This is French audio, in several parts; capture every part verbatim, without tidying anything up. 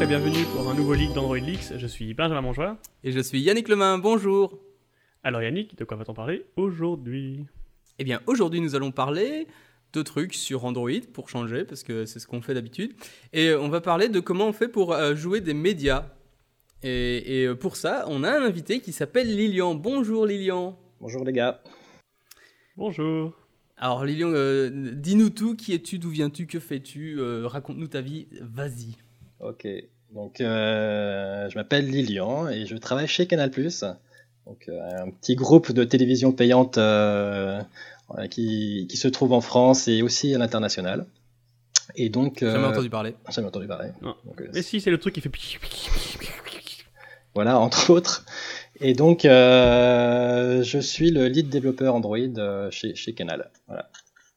bienvenue pour un nouveau leak d'Android Leaks. Je suis Benjamin Monjoie. Et je suis Yannick Lemain, bonjour. Alors Yannick, de quoi va-t-on parler aujourd'hui ? Eh bien, aujourd'hui, nous allons parler de trucs sur Android, pour changer, parce que c'est ce qu'on fait d'habitude. Et on va parler de comment on fait pour euh, jouer des médias. Et, et pour ça, on a un invité qui s'appelle Lilian. Bonjour Lilian. Bonjour les gars. Bonjour. Alors Lilian, euh, dis-nous tout, qui es-tu, d'où viens-tu, que fais-tu, euh, raconte-nous ta vie, vas-y. Ok, donc euh, je m'appelle Lilian et je travaille chez Canal plus, donc euh, un petit groupe de télévision payante euh, qui, qui se trouve en France et aussi à l'international. Et donc, J'ai euh, jamais entendu parler. Jamais entendu parler. Donc, euh, Mais si, c'est le truc qui fait... Voilà, entre autres. Et donc, euh, je suis le lead développeur Android euh, chez, chez Canal. Voilà.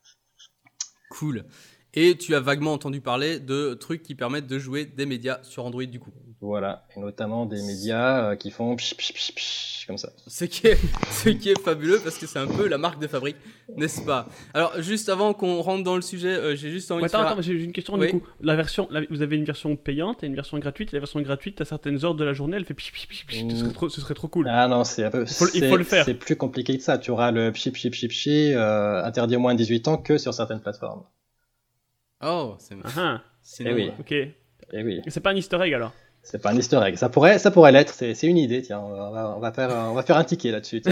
Cool. Et tu as vaguement entendu parler de trucs qui permettent de jouer des médias sur Android du coup. Voilà, et notamment des médias euh, qui font psh, psh, psh, psh, comme ça. Ce qui, est, ce qui est fabuleux parce que c'est un peu la marque de fabrique, n'est-ce pas ? Alors, juste avant qu'on rentre dans le sujet, euh, j'ai juste envie ouais, de attends, faire... attends, j'ai une question oui. du coup. La version, la, vous avez une version payante et une version gratuite. La version gratuite, à certaines heures de la journée, elle fait pich pich pich pich. Ce serait trop, ce serait trop cool. Ah non, c'est un peu... Il faut, il faut le faire. C'est plus compliqué que ça. Tu auras le pchi pchi pchi pchi euh, interdit au moins de dix-huit ans que sur certaines plateformes. Oh, c'est... Ah, c'est eh oui. Ok. Eh oui. C'est pas un easter egg alors ? C'est pas un easter egg. Ça pourrait, ça pourrait l'être. C'est, c'est une idée. Tiens, on va, on va faire, on va faire un ticket là-dessus.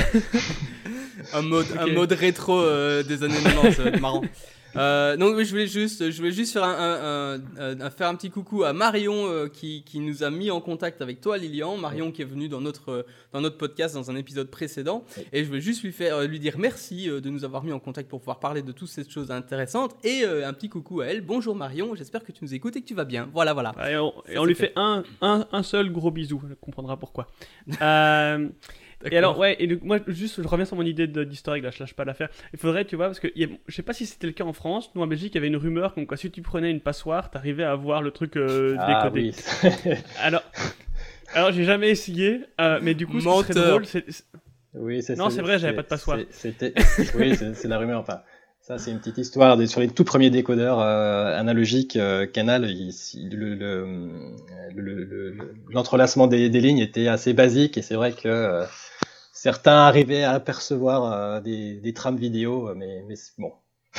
un mode, okay. un mode rétro euh, des années quatre-vingt-dix, ça va être marrant. Euh, donc oui, je voulais juste, je voulais juste faire un, un, un, un, faire un petit coucou à Marion euh, qui, qui nous a mis en contact avec toi, Lilian. Marion qui est venue dans notre, dans notre podcast dans un épisode précédent. Oui. Et je voulais juste lui faire, lui dire merci euh, de nous avoir mis en contact pour pouvoir parler de toutes ces choses intéressantes. Et euh, un petit coucou à elle. Bonjour Marion, j'espère que tu nous écoutes et que tu vas bien. Voilà, voilà. Et on, et on lui fait, fait un, un, un seul gros bisou. Elle comprendra pourquoi. euh... D'accord. Et alors, ouais, et donc, moi, juste, je reviens sur mon idée de, d'easter egg, là, je lâche pas l'affaire. Il faudrait, tu vois, parce que, y a, je sais pas si c'était le cas en France, nous, en Belgique, il y avait une rumeur comme quoi, si tu prenais une passoire, t'arrivais à avoir le truc euh, ah, décodé. Oui. alors, alors, j'ai jamais essayé, euh, mais du coup, ce qui serait drôle, c'est... c'est... Oui, c'est Non, c'est, c'est vrai, c'est, j'avais pas de passoire. C'est, c'était... oui, c'est, c'est la rumeur, enfin... Ça, c'est une petite histoire. Des, sur les tout premiers décodeurs euh, analogiques euh, Canal, il, le, le, le, le, l'entrelacement des, des lignes était assez basique et c'est vrai que euh, certains arrivaient à apercevoir euh, des, des trames vidéo, mais, mais bon.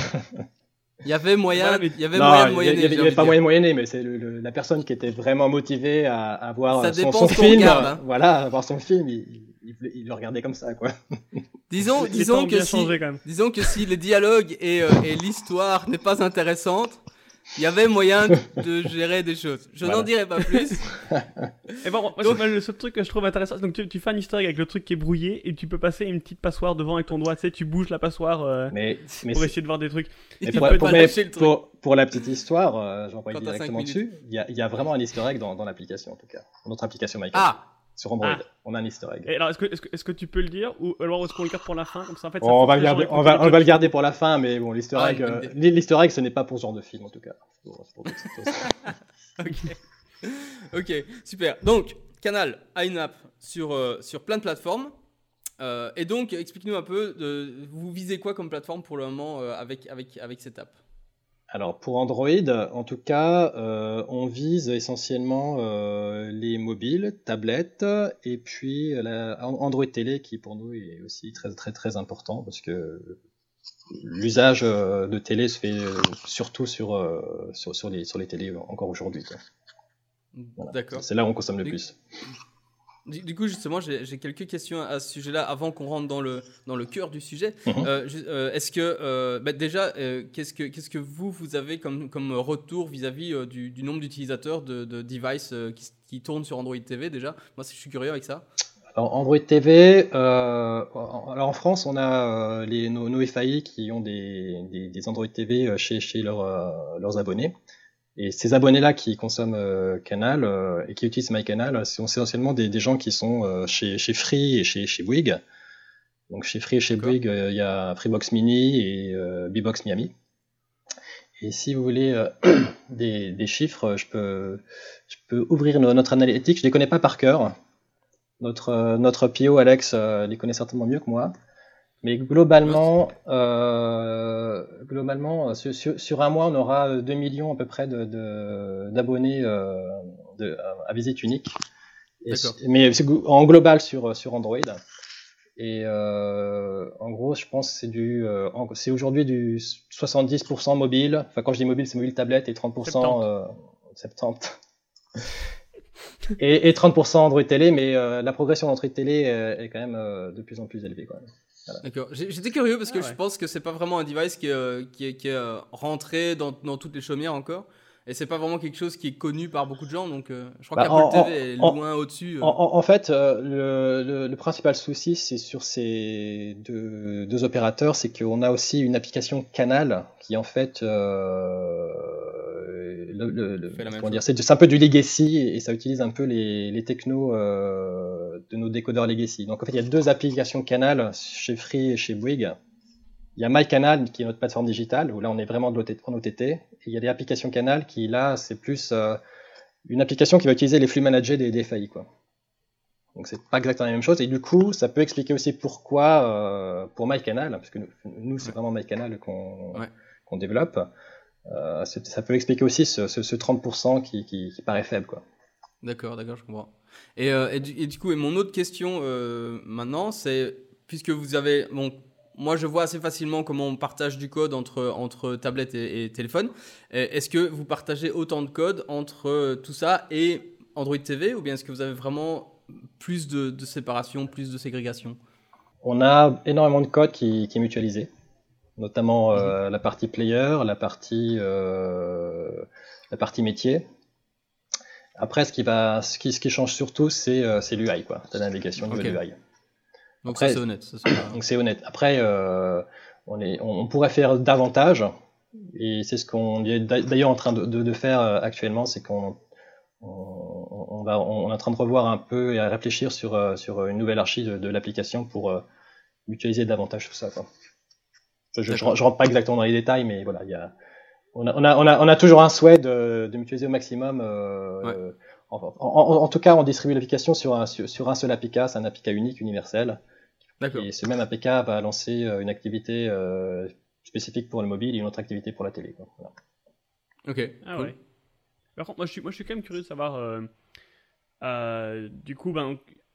Il y avait moyen, il y avait non, moyen de moyenner. Il y avait, il y avait pas moyen de moyenner, mais c'est le, le, la personne qui était vraiment motivée à, à voir ça son, son film. Regarde, hein. Voilà, à voir son film, il, il, il le regardait comme ça, quoi. Disons, disons que si, disons que si le dialogue et, euh, et l'histoire n'est pas intéressante, il y avait moyen de gérer des choses. Je voilà. n'en dirai pas plus. Et bon, moi, donc, c'est le seul truc que je trouve intéressant. Donc, tu, tu fais un easter egg avec le truc qui est brouillé et tu peux passer une petite passoire devant avec ton doigt. Tu sais, tu bouges la passoire euh, mais, mais pour c'est... essayer de voir des trucs. Mais pour, pour, mais pour, pour la petite histoire, euh, j'en parle directement dessus. Il y a, il y a vraiment un easter egg dans, dans l'application, en tout cas. Dans notre application MyCanal. Ah! Sur Android, ah. on a un easter egg. Et alors, est-ce que, est-ce que, est-ce que tu peux le dire ou alors est-ce qu'on le garde pour la fin comme ça, en fait, ça on, va le garder, on, va, on va le garder pour la fin, mais bon, l'easter egg, ah, euh, l'easter egg, ce n'est pas pour ce genre de film en tout cas. Pour, pour ok, ok, super. Donc, Canal a une app sur euh, sur plein de plateformes. Euh, et donc, explique-nous un peu, de, vous visez quoi comme plateforme pour le moment euh, avec avec avec cette app? Alors pour Android, en tout cas, euh, on vise essentiellement euh, les mobiles, tablettes, et puis la Android Télé qui pour nous est aussi très très très important parce que l'usage de télé se fait surtout sur sur, sur les sur les télés encore aujourd'hui. Voilà. D'accord. C'est là où on consomme le du, plus. Du, du coup, justement, j'ai, j'ai quelques questions à ce sujet-là avant qu'on rentre dans le dans le cœur du sujet. Mm-hmm. Euh, euh, est-ce que euh, bah déjà, euh, qu'est-ce que qu'est-ce que vous vous avez comme comme retour vis-à-vis euh, du, du nombre d'utilisateurs de, de devices euh, qui, qui tournent sur Android T V déjà? Moi, je suis curieux avec ça. Alors Android T V, euh, alors en France, on a euh, les nos, nos F A I qui ont des des, des Android T V chez chez leurs euh, leurs abonnés. Et ces abonnés-là qui consomment euh, Canal euh, et qui utilisent MyCanal, c'est essentiellement des, des gens qui sont euh, chez, chez Free et chez, chez Bouygues. Donc chez Free et chez D'accord. Bouygues, il euh, y a Freebox Mini et euh, Bbox Miami. Et si vous voulez euh, des, des chiffres, je peux, je peux ouvrir no, notre analytique. Je les connais pas par cœur. Notre, euh, notre P O, Alex, euh, les connaît certainement mieux que moi. Mais globalement, euh, globalement sur, sur, sur un mois, on aura deux millions à peu près de, de, d'abonnés, euh, de, à visite unique. Et, mais c'est en global sur, sur Android. Et euh, en gros, je pense que c'est, du, euh, c'est aujourd'hui du soixante-dix pour cent mobile. Enfin, quand je dis mobile, c'est mobile tablette et trente pour cent euh, soixante-dix. et, et trente pour cent Android télé, mais euh, la progression d'Android télé euh, est quand même euh, de plus en plus élevée. Quand même. Voilà. D'accord. J'étais curieux parce que ah, ouais. je pense que c'est pas vraiment un device qui est, euh, qui est, qui est euh, rentré dans, dans toutes les chaumières encore. Et c'est pas vraiment quelque chose qui est connu par beaucoup de gens, donc euh, je crois bah, qu'Apple en, T V est en, loin au-dessus. Euh. En, en fait, euh, le, le, le principal souci, c'est sur ces deux, deux opérateurs, c'est qu'on a aussi une application Canal qui en fait, euh, le, le, le, comment dire, c'est, c'est un peu du legacy et ça utilise un peu les, les technos euh, de nos décodeurs legacy. Donc en fait, il y a deux applications Canal chez Free et chez Bouygues. Il y a MyCanal qui est notre plateforme digitale, où là on est vraiment en O T T, et il y a des applications Canal qui là c'est plus euh, une application qui va utiliser les flux managés des, des F A I, quoi. Donc c'est pas exactement la même chose, et du coup ça peut expliquer aussi pourquoi euh, pour MyCanal, parce que nous, nous c'est vraiment MyCanal qu'on, ouais. qu'on développe, euh, ça peut expliquer aussi ce, ce, ce trente pour cent qui, qui, qui paraît faible, quoi. D'accord, d'accord, je comprends. Et, euh, et, du, et du coup, et mon autre question euh, maintenant, c'est puisque vous avez bon, moi, je vois assez facilement comment on partage du code entre, entre tablette et, et téléphone. Est-ce que vous partagez autant de code entre tout ça et Android T V, ou bien est-ce que vous avez vraiment plus de, de séparation, plus de ségrégation ? On a énormément de code qui, qui est mutualisé, notamment euh, mmh. la partie player, la partie, euh, la partie métier. Après, ce qui, va, ce qui, ce qui change surtout, c'est, euh, c'est l'U I, quoi, la navigation de okay. l'U I. Donc Après, ça, c'est honnête. Ça, c'est... Donc c'est honnête. Après, euh, on, est, on pourrait faire davantage, et c'est ce qu'on est d'ailleurs en train de, de, de faire actuellement, c'est qu'on on, on, va, on est en train de revoir un peu et à réfléchir sur, sur une nouvelle archi de, de l'application pour euh, mutualiser davantage tout ça, quoi. Je, je, je rentre pas exactement dans les détails, mais voilà, il y a, on a, on a, on a, on a toujours un souhait de, de mutualiser au maximum. Euh, ouais. en, en, en, en tout cas, on distribue l'application sur un, sur, sur un seul A P K, c'est un A P K unique, universel. D'accord. Et ce même A P K va lancer une activité euh, spécifique pour le mobile et une autre activité pour la télé, quoi. Voilà. Ok. Ah cool. Ouais. Par contre, moi je suis, moi je suis quand même curieux de savoir. Euh, euh, du coup, ben,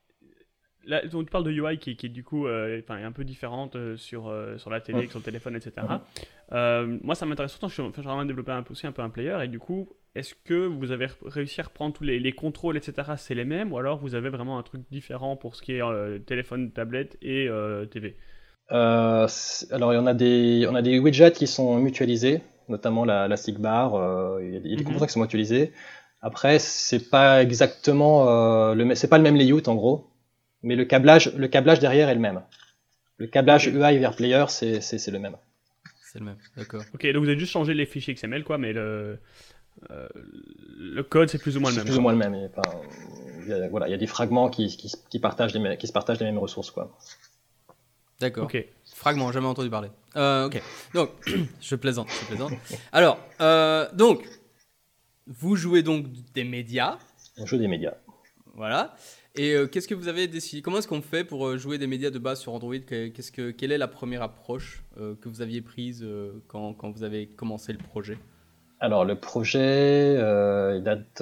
là, on parle de U I qui, qui est du coup, euh, est un peu différente euh, sur euh, sur la télé, ouais. sur le téléphone, et cetera. Ouais. Euh, moi, ça m'intéresse surtout. Je suis en train de développer un peu aussi un peu un player, et du coup, est-ce que vous avez réussi à reprendre tous les, les contrôles, et cetera. C'est les mêmes, ou alors vous avez vraiment un truc différent pour ce qui est euh, téléphone, tablette et euh, T V? euh, Alors, il y en a des, on a des widgets qui sont mutualisés, notamment la, la SIGBAR. Euh, il y a des, mm-hmm. des composants qui sont mutualisés. Après, c'est pas exactement euh, le, c'est pas le même layout en gros, mais le câblage, le câblage derrière est le même. Le câblage okay. U I vers player, c'est, c'est, c'est le même. C'est le même, d'accord. Ok, donc vous avez juste changé les fichiers X M L, quoi, mais le Euh, le code c'est plus ou moins le même. C'est plus ou moins le même. Et, enfin, il y a, voilà, il y a des fragments qui, qui, qui, partagent les mêmes, qui se partagent les mêmes ressources, quoi. D'accord. Ok. Fragments, jamais entendu parler. Euh, ok. Donc, je plaisante, je plaisante. Alors, euh, donc, vous jouez donc des médias. On joue des médias. Voilà. Et euh, qu'est-ce que vous avez décidé ? Comment est-ce qu'on fait pour jouer des médias de base sur Android ? Qu'est-ce que, quelle est la première approche euh, que vous aviez prise euh, quand, quand vous avez commencé le projet ? Alors, le projet, euh, il date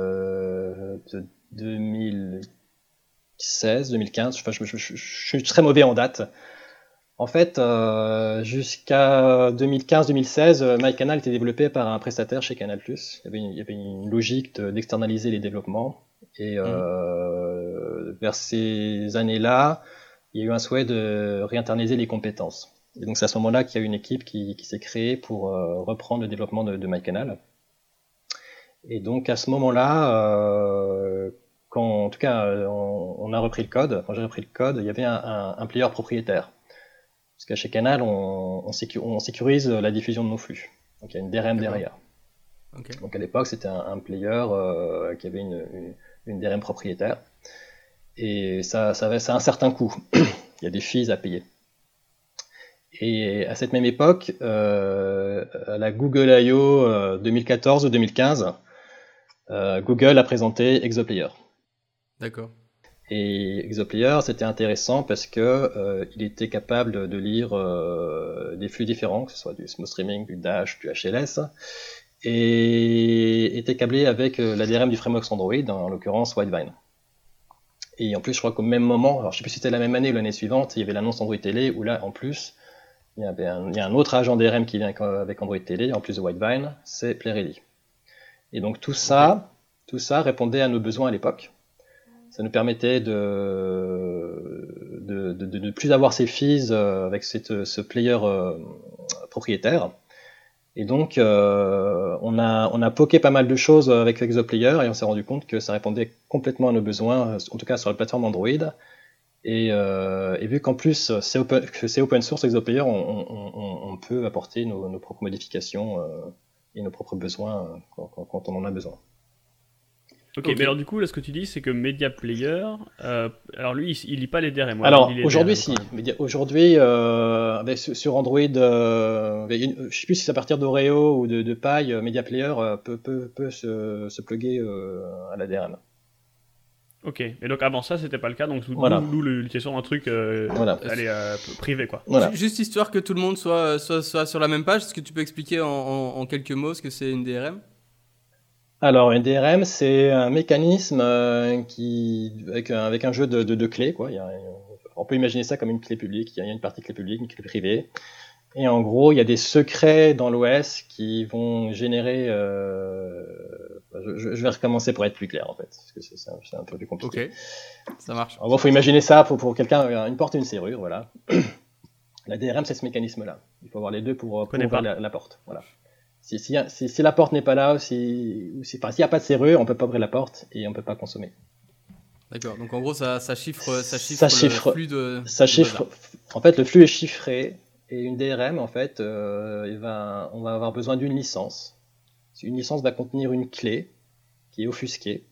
euh, de deux mille seize, deux mille quinze. Enfin, je, je, je, je suis très mauvais en date. En fait, euh, jusqu'à deux mille quinze deux mille seize, MyCanal était développé par un prestataire chez Canal+. Il y avait une, il y avait une logique de, d'externaliser les développements. Et euh, mmh. vers ces années-là, il y a eu un souhait de réinternaliser les compétences. Et donc c'est à ce moment-là qu'il y a une équipe qui, qui s'est créée pour euh, reprendre le développement de, de MyCanal. Et donc à ce moment-là, euh, quand en tout cas on, on a repris le code, quand j'ai repris le code, il y avait un, un, un player propriétaire. Parce qu'à chez Canal, on, on, sécu, on sécurise la diffusion de nos flux. Donc il y a une D R M okay. derrière. Okay. Donc à l'époque, c'était un, un player euh, qui avait une, une, une D R M propriétaire. Et ça, ça avait ça a un certain coût. Il y a des fees à payer. Et à cette même époque, euh, à la Google I O euh, deux mille quatorze ou deux mille quinze, euh, Google a présenté Exoplayer. D'accord. Et Exoplayer, c'était intéressant parce que euh, il était capable de, de lire euh, des flux différents, que ce soit du smooth streaming, du Dash, du H L S, et était câblé avec la D R M du framework Android, en l'occurrence Widevine. Et en plus, je crois qu'au même moment, alors je sais plus si c'était la même année ou l'année suivante, il y avait l'annonce Android Télé, où là, en plus, il y, avait un, il y a un autre agent D R M qui vient avec Android Télé, en plus de Widevine, c'est PlayReady. Et donc tout ça, okay. tout ça répondait à nos besoins à l'époque. Ça nous permettait de de, de, de ne plus avoir ces fees avec cette, ce player euh, propriétaire. Et donc, euh, on a on a poké pas mal de choses avec ExoPlayer et on s'est rendu compte que ça répondait complètement à nos besoins, en tout cas sur la plateforme Android. Et, euh, et vu qu'en plus c'est open, que c'est open source ExoPlayer, on, on, on peut apporter nos, nos propres modifications euh, et nos propres besoins quand, quand, quand on en a besoin. Ok, okay. Mais alors du coup, là, ce que tu dis, c'est que Media Player, euh, alors lui, il, il lit pas les D R M. Ouais, alors les aujourd'hui, D R M, si. Media, aujourd'hui, euh, avec, sur Android, euh, une, je sais plus si c'est à partir d'Oreo ou de, de Pi, Media Player euh, peut, peut, peut se, se plugger euh, à la D R M. Ok, et donc avant ça, c'était pas le cas, donc voilà. nous, l'utilisation d'un truc euh, voilà. allez, euh, privé, quoi. Voilà. Juste histoire que tout le monde soit, soit, soit sur la même page, est-ce que tu peux expliquer en, en, en quelques mots ce que c'est une D R M ? Alors, une D R M, c'est un mécanisme euh, qui, avec un, avec un jeu de, de, de clés, quoi. Il y a, on peut imaginer ça comme une clé publique. Il y a une partie clé publique, une clé privée. Et en gros, il y a des secrets dans l'O S qui vont générer... Euh, je, je vais recommencer pour être plus clair, en fait, parce que c'est, c'est, un, c'est un peu plus compliqué. Ok, ça marche. En gros, il faut imaginer ça pour, pour quelqu'un, une porte et une serrure, voilà. La D R M, c'est ce mécanisme-là. Il faut avoir les deux pour, pour ouvrir la, la porte, voilà. Si, si, si, si la porte n'est pas là, ou si, ou si, enfin, s'il n'y a pas de serrure, on ne peut pas ouvrir la porte et on ne peut pas consommer. D'accord, donc en gros, ça, ça, chiffre, ça, chiffre, ça chiffre le flux de. Ça de chiffre. En fait, le flux est chiffré et une D R M, en fait, euh, il va, on va avoir besoin d'une licence. Une licence va contenir une clé qui est offusquée.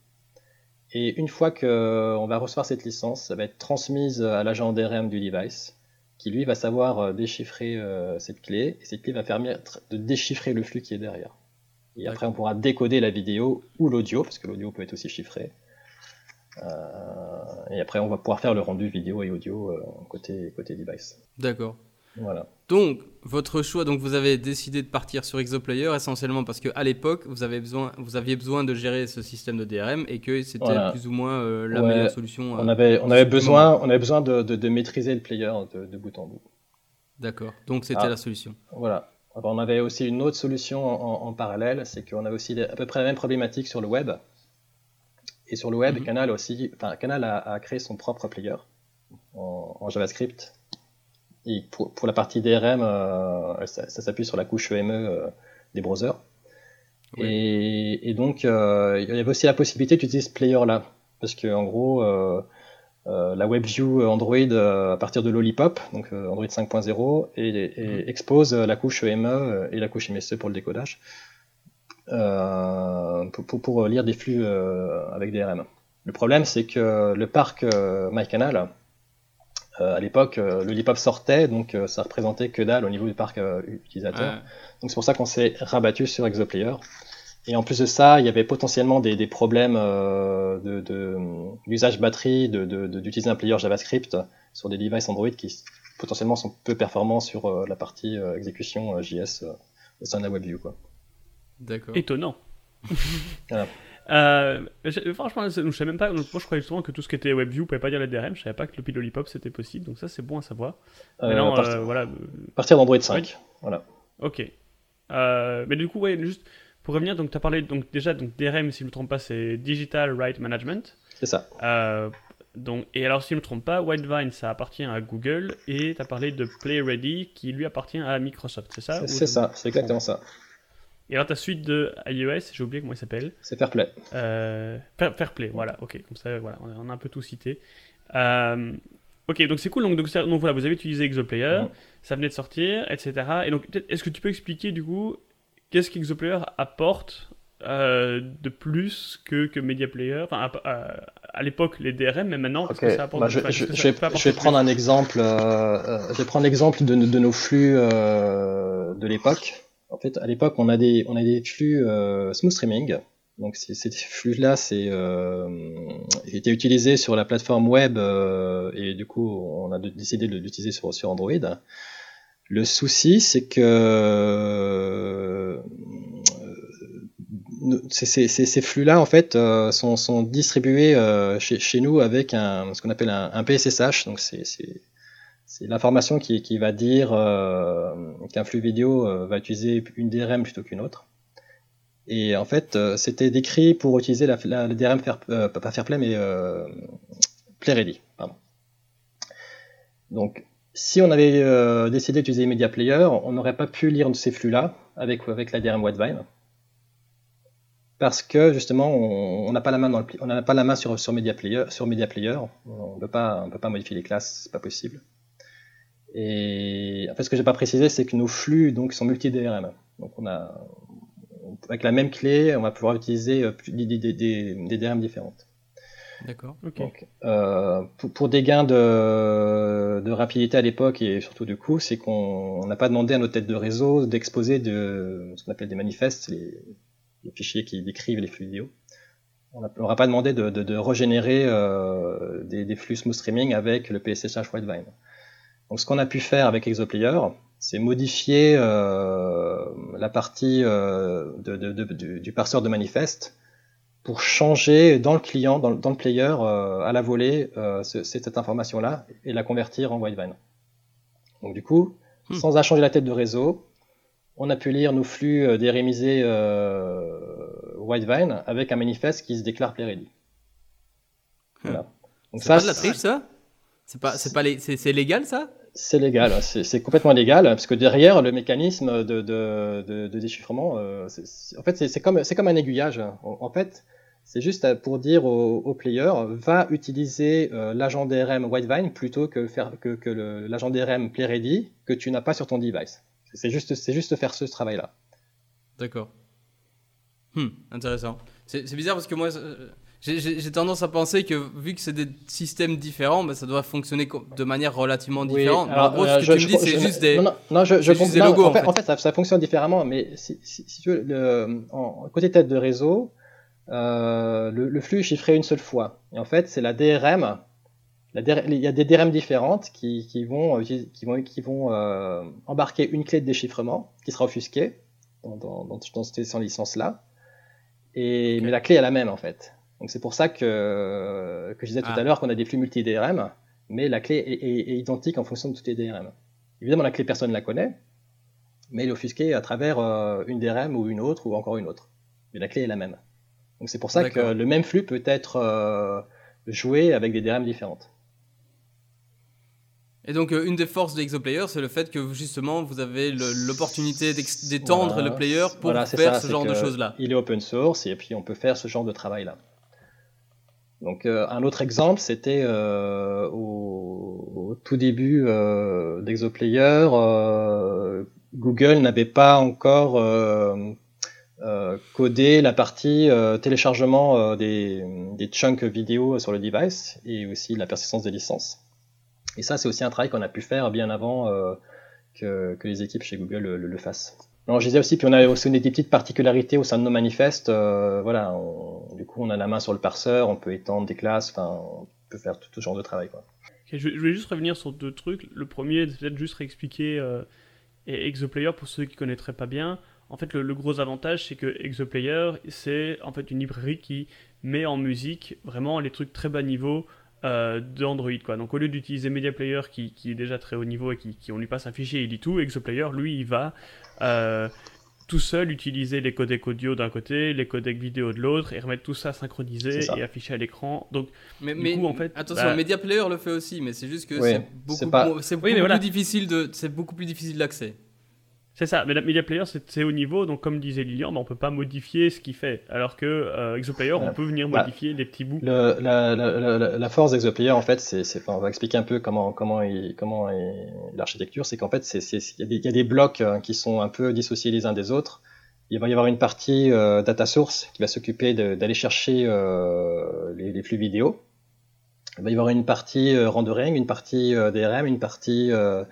Et une fois qu'on va recevoir cette licence, ça va être transmise à l'agent D R M du device, qui lui va savoir déchiffrer euh, cette clé, et cette clé va permettre de déchiffrer le flux qui est derrière. Et après, on pourra décoder la vidéo ou l'audio, parce que l'audio peut être aussi chiffré. Euh, et après, on va pouvoir faire le rendu vidéo et audio euh, côté, côté device. D'accord. Voilà. Donc, votre choix, donc vous avez décidé de partir sur ExoPlayer essentiellement parce qu'à l'époque, vous, avez besoin, vous aviez besoin de gérer ce système de D R M et que c'était voilà. plus ou moins euh, la ouais, meilleure solution. On avait, on avait besoin, on avait besoin de, de, de maîtriser le player de, de bout en bout. D'accord, donc c'était ah, la solution. Voilà. Alors, on avait aussi une autre solution en, en parallèle, c'est qu'on avait aussi à peu près la même problématique sur le web. Et sur le web, mm-hmm. Canal, aussi, enfin, Canal a, a créé son propre player en, en JavaScript. Et pour, pour la partie D R M, euh, ça, ça s'appuie sur la couche E M E euh, des browsers. Oui. Et, et donc, euh, il y avait aussi la possibilité d'utiliser ce player-là. Parce qu'en gros, euh, euh, la WebView Android, euh, à partir de Lollipop, donc euh, Android cinq point zéro, et, et mm-hmm. expose la couche E M E et la couche M S E pour le décodage, euh, pour, pour, pour lire des flux euh, avec D R M. Le problème, c'est que le parc euh, MyCanal, Euh, à l'époque, euh, le Lollipop sortait, donc euh, ça représentait que dalle au niveau du parc euh, utilisateur. Ouais. Donc c'est pour ça qu'on s'est rabattu sur ExoPlayer. Et en plus de ça, il y avait potentiellement des, des problèmes euh, de, de, d'usage batterie, de, de, de, d'utiliser un player JavaScript sur des devices Android qui potentiellement sont peu performants sur euh, la partie euh, exécution euh, J S euh, au sein de la WebView, quoi. D'accord. Étonnant. Voilà. Euh, je, franchement, je ne savais même pas. Moi, je croyais justement que tout ce qui était WebView pouvait pas dire la D R M. Je savais pas que le Lollipop c'était possible. Donc ça, c'est bon à savoir. Euh, Maintenant, à partir, euh, voilà. À partir d'Android cinq. Ouais. Voilà. Ok. Euh, mais du coup, ouais, juste pour revenir, donc tu as parlé donc déjà donc D R M, si je ne me trompe pas, c'est Digital Right Management. C'est ça. Euh, donc et alors, si je ne me trompe pas, Widevine ça appartient à Google et tu as parlé de PlayReady qui lui appartient à Microsoft. C'est ça? C'est, c'est ça. C'est exactement ça. Et alors ta suite de iOS, j'ai oublié comment il s'appelle. C'est Fairplay. Euh, Fair, Fairplay, voilà, ok, comme ça, voilà, on a un peu tout cité. Euh, ok, donc c'est cool, donc, donc, donc voilà, vous avez utilisé ExoPlayer, mmh. ça venait de sortir, et cetera. Et donc, est-ce que tu peux expliquer du coup, qu'est-ce qu'ExoPlayer apporte euh, de plus que, que Media Player, enfin, à, à, à l'époque les D R M, mais maintenant, okay. qu'est-ce que ça apporte bah, de, je, enfin, je, que je, vais, je vais prendre un exemple, euh, je vais prendre l'exemple de, de nos flux euh, de l'époque. En fait, à l'époque, on a des, on a des flux euh, smooth streaming. Donc, c'est, ces flux-là, c'est euh, étaient utilisés sur la plateforme web euh, et du coup, on a décidé de l'utiliser sur, sur Android. Le souci, c'est que euh, ces, ces, ces flux-là, en fait, euh, sont, sont distribués euh, chez, chez nous avec un, ce qu'on appelle un, un P S S H. Donc, c'est, c'est, c'est l'information qui, qui va dire euh, qu'un flux vidéo euh, va utiliser une D R M plutôt qu'une autre. Et en fait, euh, c'était décrit pour utiliser la, la, la D R M, fair, euh, pas Fairplay, mais euh, PlayReady. Pardon. Donc, si on avait euh, décidé d'utiliser Media Player, on n'aurait pas pu lire ces flux-là avec, avec la D R M Widevine. Parce que justement, on n'a pas la main dans le, on n'a pas la main sur sur Media Player, sur Media Player. On peut pas, on peut pas modifier les classes, c'est pas possible. Et en fait, ce que j'ai pas précisé, c'est que nos flux donc sont multi-D R M. Donc on a, avec la même clé, on va pouvoir utiliser des, des, des, des D R M différentes. D'accord. Okay. Donc, euh, pour, pour des gains de, de rapidité à l'époque et surtout de coût, c'est qu'on n'a pas demandé à nos têtes de réseau d'exposer de ce qu'on appelle des manifestes, les les fichiers qui décrivent les flux vidéo. On n'aura pas demandé de, de, de régénérer euh, des, des flux smooth streaming avec le P S S H Widevine. Donc ce qu'on a pu faire avec Exoplayer, c'est modifier euh, la partie euh, de, de, de, de, du parseur de manifeste pour changer dans le client, dans, dans le player, euh, à la volée, euh, ce, cette information-là et la convertir en Widevine. Donc du coup, hmm. sans à changer la tête de réseau, on a pu lire nos flux euh, dérémisés euh, Widevine avec un manifeste qui se déclare PlayReady. Voilà. Donc c'est ça, pas de la triche, ça C'est pas, c'est pas, les, c'est, c'est légal, ça C'est légal, c'est, c'est complètement légal, parce que derrière le mécanisme de, de, de, de déchiffrement, euh, c'est, c'est, en fait, c'est, c'est comme, c'est comme un aiguillage. En, en fait, c'est juste pour dire au, au player, va utiliser euh, l'agent D R M Widevine plutôt que faire que, que le, l'agent D R M PlayReady que tu n'as pas sur ton device. C'est juste, c'est juste faire ce travail-là. D'accord. Hmm, intéressant. C'est, c'est bizarre parce que moi, j'ai, j'ai tendance à penser que vu que c'est des systèmes différents, bah, ça doit fonctionner de manière relativement différente. Oui, alors, en gros, euh, ce que je, tu je, me dis, je, c'est je, juste des, non, non, non, je, je, juste non, des logos. En fait, en fait, en fait ça, ça fonctionne différemment, mais si, si, si tu veux, le, en, côté tête de réseau, euh, le, le flux est chiffré une seule fois. Et en fait, c'est la D R M. La D R M, il y a des D R M différentes qui, qui vont, qui vont, qui vont euh, embarquer une clé de déchiffrement qui sera offusquée dans, dans, dans, dans cette sans licence-là. Et, okay. Mais la clé est la même en fait. Donc c'est pour ça que, que je disais tout ah. à l'heure qu'on a des flux multi-D R M, mais la clé est, est, est identique en fonction de toutes les D R M. Évidemment, la clé, personne ne la connaît, mais elle est offusquée à travers euh, une D R M ou une autre ou encore une autre. Mais la clé est la même. Donc c'est pour ça D'accord. que le même flux peut être euh, joué avec des D R M différentes. Et donc, euh, une des forces de Exoplayer, c'est le fait que justement, vous avez le, l'opportunité d'étendre voilà. le player pour voilà, faire ça, ce genre de choses-là. Il est open source et puis on peut faire ce genre de travail-là. Donc, euh, un autre exemple, c'était euh, au, au tout début euh, d'Exoplayer, euh, Google n'avait pas encore euh, euh, codé la partie euh, téléchargement euh, des, des chunks vidéo sur le device et aussi la persistance des licences. Et ça, c'est aussi un travail qu'on a pu faire bien avant euh, que, que les équipes chez Google le, le, le fassent. Alors, je disais aussi, puis on a aussi des petites particularités au sein de nos manifestes. Euh, voilà, on, du coup, on a la main sur le parseur, on peut étendre des classes, enfin, on peut faire tout, tout ce genre de travail, quoi. Okay, je, je voulais juste revenir sur deux trucs. Le premier, c'est peut-être juste réexpliquer euh, Exoplayer pour ceux qui ne connaîtraient pas bien. En fait, le, le gros avantage, c'est que Exoplayer, c'est en fait une librairie qui met en musique vraiment les trucs très bas niveau. Euh, d'Android quoi. Donc au lieu d'utiliser Media Player qui, qui est déjà très haut niveau et qui, qui on lui passe un fichier, il lit tout, Exoplayer lui il va euh, tout seul utiliser les codecs audio d'un côté, les codecs vidéo de l'autre et remettre tout ça synchronisé et affiché à l'écran. Donc mais, du mais coup en fait attention, bah... Media Player le fait aussi, mais c'est juste que oui, c'est beaucoup, c'est pas... c'est beaucoup oui, plus voilà. difficile de c'est beaucoup plus difficile d'accès. C'est ça, mais la Media Player c'est, c'est haut niveau, donc comme disait Lilian, bah, on peut pas modifier ce qu'il fait, alors que euh, Exoplayer voilà. on peut venir modifier bah, des petits bouts. Le, la, la, la, la force d'Exoplayer en fait, c'est, c'est, enfin, on va expliquer un peu comment comment il, comment est l'architecture, c'est qu'en fait c'est c'est il y a des il y a des blocs hein, qui sont un peu dissociés les uns des autres. Il va y avoir une partie euh, data source qui va s'occuper de, d'aller chercher euh, les, les flux vidéo. Il va y avoir une partie euh, rendering, une partie euh, D R M, une partie euh,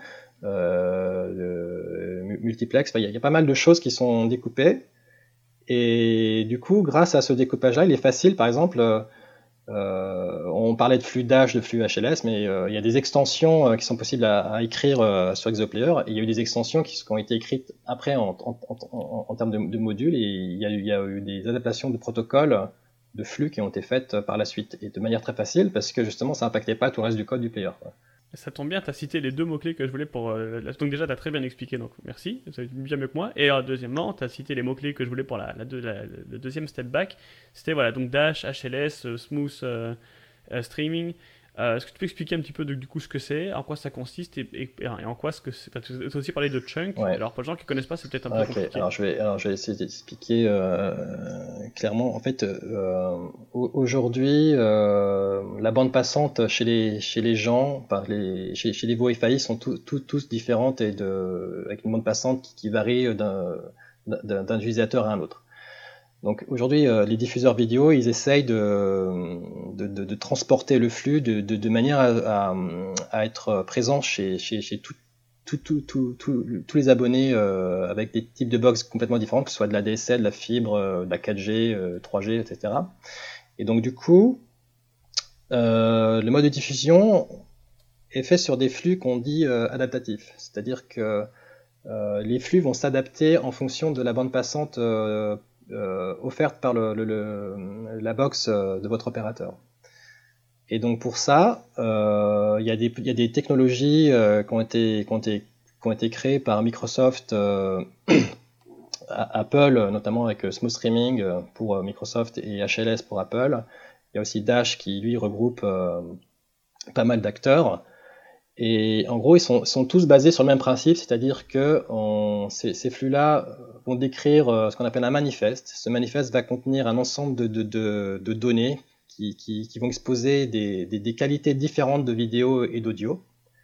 Euh, multiplex, enfin, il y, y a pas mal de choses qui sont découpées et du coup grâce à ce découpage là il est facile par exemple euh, Euh, on parlait de flux Dash, de flux H L S, mais euh, il y a des extensions euh, qui sont possibles à, à écrire euh, sur Exoplayer. Et il y a eu des extensions qui, qui ont été écrites après en, en, en, en, en termes de, de modules, et il y, a, il y a eu des adaptations de protocoles de flux qui ont été faites par la suite, et de manière très facile, parce que justement ça n'impactait pas tout le reste du code du player, quoi. Ça tombe bien, tu as cité les deux mots-clés que je voulais pour... Euh, la... Donc déjà, tu as très bien expliqué, donc merci, ça va bien mieux que moi. Et euh, deuxièmement, tu as cité les mots-clés que je voulais pour la, la, deux, la, le deuxième step back. C'était voilà, donc Dash, H L S, euh, Smooth euh, euh, Streaming. Euh, Est-ce que tu peux expliquer un petit peu de, du coup ce que c'est, en quoi ça consiste et, et, et en quoi ce que c'est. Tu as aussi parlé de Chunk. Ouais. Alors pour les gens qui ne connaissent pas, c'est peut-être un peu okay. compliqué. Alors je vais, alors je vais essayer d'expliquer euh, clairement. En fait, euh, aujourd'hui, euh, la bande passante chez les chez les gens, par les chez, chez les V O F I sont tout, tout, tous différentes et de avec une bande passante qui, qui varie d'un d'un, d'un utilisateur à un autre. Donc aujourd'hui, euh, les diffuseurs vidéo, ils essayent de, de, de, de transporter le flux de, de, de manière à, à, à être présent chez, chez, chez tout, tout, tout, tout, tout, tous les abonnés euh, avec des types de box complètement différents, que ce soit de la D S L, de la fibre, euh, de la quatre G, euh, trois G, et cetera. Et donc du coup, euh, le mode de diffusion est fait sur des flux qu'on dit euh, adaptatifs, c'est-à-dire que euh, les flux vont s'adapter en fonction de la bande passante euh, Euh, offerte par le, le, le, la box euh, de votre opérateur. Et donc pour ça, il euh, y, y a des technologies euh, qui, ont été, qui, ont été, qui ont été créées par Microsoft, euh, Apple, notamment avec Smooth Streaming pour Microsoft et H L S pour Apple. Il y a aussi Dash qui lui regroupe euh, pas mal d'acteurs. Et en gros, ils sont, sont tous basés sur le même principe, c'est-à-dire que on, ces, ces flux-là vont décrire euh, ce qu'on appelle un manifeste. Ce manifeste va contenir un ensemble de, de, de, de données qui, qui, qui vont exposer des, des, des qualités différentes de vidéo et d'audio.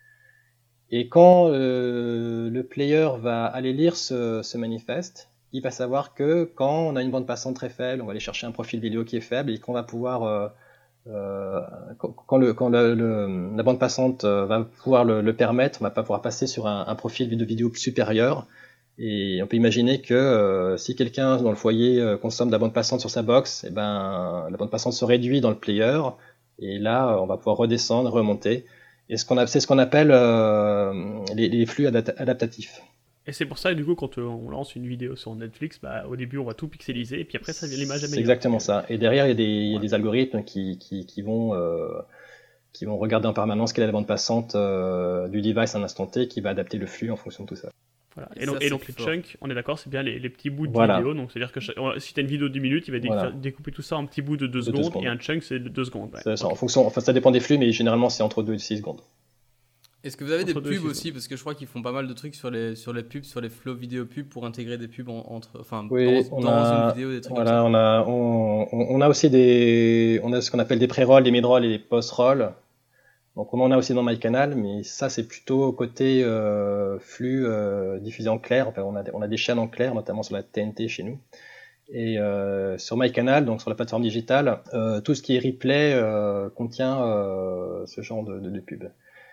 Et quand euh, le player va aller lire ce, ce manifeste, il va savoir que quand on a une bande passante très faible, on va aller chercher un profil vidéo qui est faible et qu'on va pouvoir... Euh, Euh, quand, le, quand le, le, la bande passante va pouvoir le, le permettre, on va pas pouvoir passer sur un, un profil de vidéo supérieur. Et on peut imaginer que euh, si quelqu'un dans le foyer euh, consomme de la bande passante sur sa box, eh ben, la bande passante se réduit dans le player. Et là, on va pouvoir redescendre, remonter. Et ce qu'on a, c'est ce qu'on appelle euh, les, les flux adapta- adaptatifs. Et c'est pour ça que du coup, quand on lance une vidéo sur Netflix, bah, au début, on va tout pixeliser, et puis après, ça, l'image est meilleure. C'est exactement ça. Et derrière, il y a des, il y a des algorithmes qui, qui, qui, vont, euh, qui vont regarder en permanence quelle est la bande passante euh, du device à un instant T, qui va adapter le flux en fonction de tout ça. Voilà. Et, et, donc, ça, et donc les fort. chunks, on est d'accord, c'est bien les, les petits bouts de voilà. vidéo. Donc c'est-à-dire que chaque, si tu as une vidéo de dix minutes, il va voilà. découper tout ça en petits bouts de deux, de secondes, deux secondes, et un chunk, c'est de deux secondes. Ouais. Okay. Ça, en fonction, enfin, ça dépend des flux, mais généralement, c'est entre deux et six secondes. Est-ce que vous avez entre des pubs aussi, parce que je crois qu'ils font pas mal de trucs sur les, sur les pubs, sur les flows vidéo pubs pour intégrer des pubs en, entre, enfin, oui, dans, dans a, une vidéo, des trucs voilà, comme ça. On a, on, on a aussi des, on a ce qu'on appelle des pré-rolls, des mid-rolls et des post-rolls. Donc on en a aussi dans MyCanal, mais ça c'est plutôt côté euh, flux euh, diffusé en clair. Enfin, on a, on a des chaînes en clair, notamment sur la T N T chez nous. Et euh, sur MyCanal, donc sur la plateforme digitale, euh, tout ce qui est replay euh, contient euh, ce genre de, de, de pub.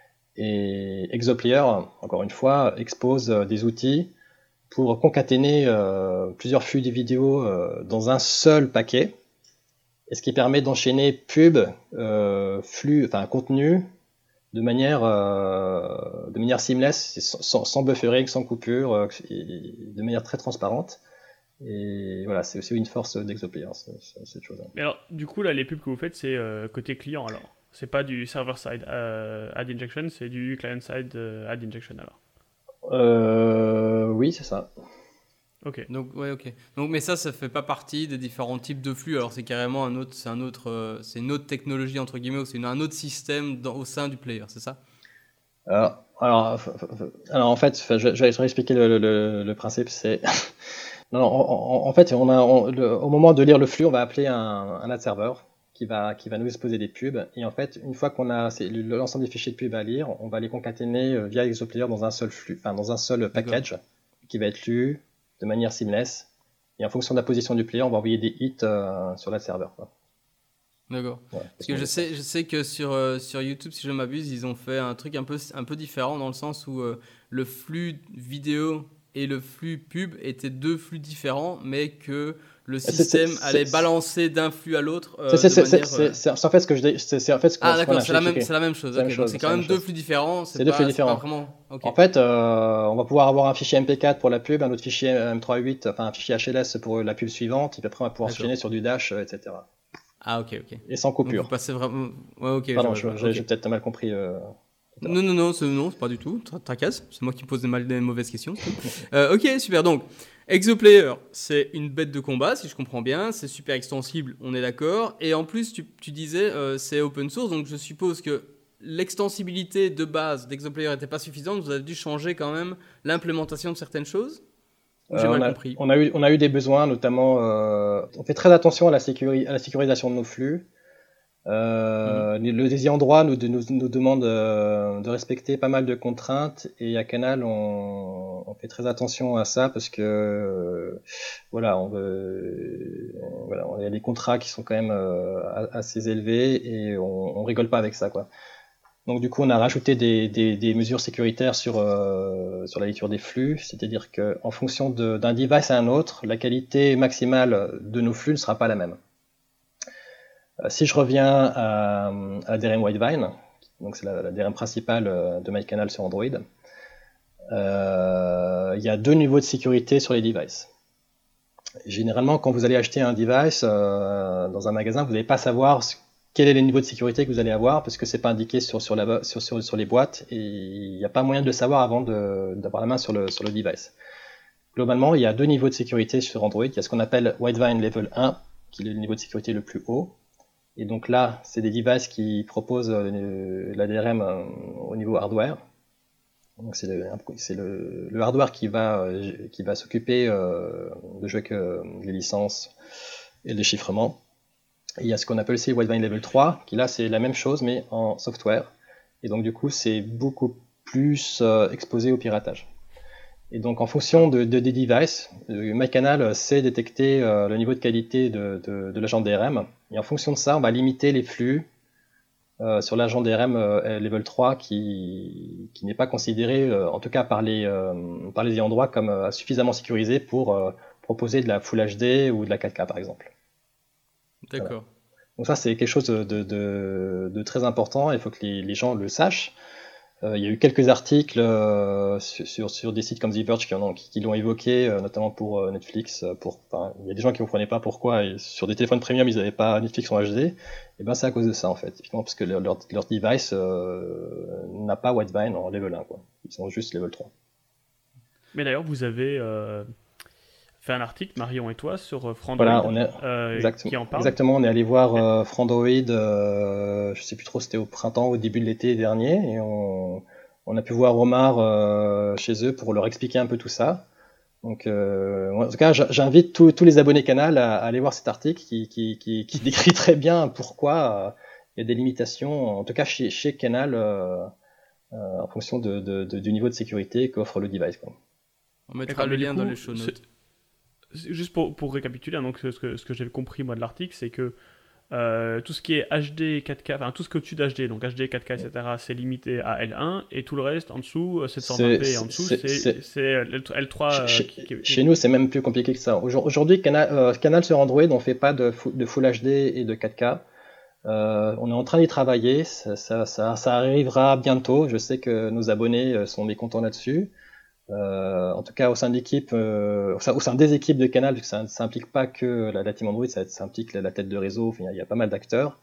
Et Exoplayer, encore une fois, expose euh, des outils pour concaténer euh, plusieurs flux de vidéos euh, dans un seul paquet, et ce qui permet d'enchaîner pub, euh, flux, enfin contenu, de manière, euh, de manière seamless, sans, sans buffering, sans coupure, euh, et de manière très transparente. Et voilà, c'est aussi une force d'Exoplayer, cette chose-là. Mais alors, du coup, là, les pubs que vous faites, c'est euh, côté client alors? C'est pas du server-side euh, ad injection, c'est du client-side euh, ad injection alors? euh, Oui, c'est ça. Ok. Donc ouais, ok. Donc mais ça, ça fait pas partie des différents types de flux. Alors c'est carrément un autre, c'est un autre, euh, c'est une autre technologie entre guillemets, ou c'est une, un autre système dans, au sein du player, c'est ça? Alors, alors, alors en fait, je, je vais expliquer le, le, le principe. C'est non, en, en fait, on a, on, le, au moment de lire le flux, on va appeler un, un ad server qui va, qui va nous exposer des pubs. Et en fait, une fois qu'on a l'ensemble des fichiers de pubs à lire, on va les concaténer via Exoplayer dans un seul flux, enfin dans un seul package qui va être lu de manière seamless. Et en fonction de la position du player, on va envoyer des hits euh, sur l'ad server. D'accord. Ouais, parce que je sais, je sais que sur, euh, sur YouTube, si je ne m'abuse, ils ont fait un truc un peu, un peu différent dans le sens où euh, le flux vidéo et le flux pub étaient deux flux différents, mais que le C'est- système c'est- allait c'est- balancer d'un flux à l'autre euh, C'est c'est- de c'est- c'est- manière... euh, c'est- c'est- c'est en fait ce que je dis. C'est c'est en fait ce qu'on Ah ce qu'on d'accord, a c'est la, même, expliqué. c'est la même chose. C'est la Ok, même donc chose, c'est c'est quand la même même deux chose. flux différents. C'est deux pas, flux c'est pas différents. vraiment... Ok. En fait, euh, on va pouvoir avoir un fichier M P quatre pour la pub, un autre fichier M trois point huit, enfin un fichier H L S pour la pub suivante, et puis après on va pouvoir D'accord. enchaîner sur du Dash, euh, et cetera. Ah ok, ok. Et sans Donc coupure. vous passez vraiment... Ouais, ok. Pardon, je vois, je- je vois. j'ai j'ai Ok. peut-être mal compris. euh, Non, non, non, c'est, non, c'est pas du tout. Tra- Tracasse. C'est moi qui pose des, mal, des mauvaises questions. c'est tout. Euh, ok, super. Donc, Exoplayer, c'est une bête de combat, si je comprends bien. C'est super extensible, on est d'accord. Et en plus, tu, tu disais, euh, c'est open source. Donc, je suppose que l'extensibilité de base d'Exoplayer n'était pas suffisante. Vous avez dû changer quand même l'implémentation de certaines choses. Ou j'ai Euh, mal on, a, compris. on, a eu, on a eu des besoins, notamment, euh, on fait très attention à la, sécuri- à la sécurisation de nos flux. Euh, Mhm. Le désir droit nous, nous, nous demande euh, de respecter pas mal de contraintes, et à Canal, on, on fait très attention à ça parce que euh, voilà, on veut, voilà, il y a des contrats qui sont quand même euh, assez élevés, et on, on rigole pas avec ça, quoi. Donc du coup, on a rajouté des, des, des mesures sécuritaires sur, euh, sur la lecture des flux, c'est-à-dire qu'en fonction de- d'un device à un autre, la qualité maximale de nos flux ne sera pas la même. Euh, Si je reviens à, à la D R M Widevine, donc c'est la, la D R M principale euh, de MyCanal sur Android, euh, il y a deux niveaux de sécurité sur les devices. Généralement, quand vous allez acheter un device euh, dans un magasin, vous n'allez pas savoir ce- quel est le niveau de sécurité que vous allez avoir, parce que c'est pas indiqué sur, sur, la, sur, sur, sur les boîtes, et il n'y a pas moyen de le savoir avant de- d'avoir la main sur le, sur le device. Globalement, il y a deux niveaux de sécurité sur Android. Il y a ce qu'on appelle Widevine Level un, qui est le niveau de sécurité le plus haut. Et donc là, c'est des devices qui proposent euh, la D R M euh, au niveau hardware. Donc c'est le, c'est le, le hardware qui va, euh, qui va s'occuper euh, de jouer avec euh, les licences et le déchiffrement. Et il y a ce qu'on appelle aussi Widevine Level trois, qui là c'est la même chose mais en software. Et donc du coup c'est beaucoup plus euh, exposé au piratage. Et donc en fonction de, de, des devices, euh, MyCanal sait détecter euh, le niveau de qualité de, de, de l'agent D R M. Et en fonction de ça, on va limiter les flux euh, sur l'agent D R M euh, Level trois qui, qui n'est pas considéré, euh, en tout cas par les, euh, par les ayants droit, comme euh, suffisamment sécurisé pour euh, proposer de la Full H D ou de la quatre K par exemple. D'accord. Voilà. Donc ça c'est quelque chose de, de, de, de très important, il faut que les, les gens le sachent. Euh, il y a eu quelques articles euh, sur, sur, sur des sites comme The Verge qui, en ont, qui, qui l'ont évoqué, euh, notamment pour euh, Netflix. Pour, enfin, il y a des gens qui ne comprenaient pas pourquoi et sur des téléphones premium ils n'avaient pas Netflix en H D. Et ben c'est à cause de ça en fait, typiquement parce que leur, leur, leur device euh, n'a pas Widevine en level un, quoi. Ils sont juste level trois. Mais d'ailleurs, vous avez euh, fait un article, Marion et toi, sur euh, Frandroid, Voilà, on est euh, exactement, qui en parle. exactement. On est allé voir euh, Frandroid, euh, je sais plus trop, c'était au printemps, au début de l'été dernier, et on, on a pu voir Omar euh, chez eux pour leur expliquer un peu tout ça. Donc, euh, en tout cas, j'invite tous, tous les abonnés Canal à, à aller voir cet article qui, qui, qui, qui décrit très bien pourquoi euh, il y a des limitations, en tout cas chez, chez Canal, euh, euh, en fonction de, de, de, du niveau de sécurité qu'offre le device, quoi. On mettra D'accord, le mais lien du coup, dans les show notes. c'est- c'est- Juste pour, pour récapituler, hein, donc ce que, ce que j'ai compris moi de l'article, c'est que euh, tout ce qui est H D, quatre K, enfin tout ce qui est au-dessus d'H D, donc H D, quatre K, et cetera, c'est limité à L un, et tout le reste en dessous, euh, sept cent vingt p C'est- et en dessous, c'est- c'est c'est- c'est L trois. euh, Chez, qui- qui- chez nous, c'est même plus compliqué que ça. Aujourd- Aujourd'hui, Canal, euh, Canal sur Android, on fait pas de, fu- de Full H D et de quatre K. Euh, on est en train d'y travailler. Ça, ça, ça, ça arrivera bientôt. Je sais que nos abonnés euh, sont mécontents là-dessus. Euh, en tout cas, au sein de l'équipe, euh, au sein- au sein des équipes de Canal, parce que ça, ça implique pas que la, la team Android, ça, ça implique la, la tête de réseau. Enfin, il y a- il y a pas mal d'acteurs.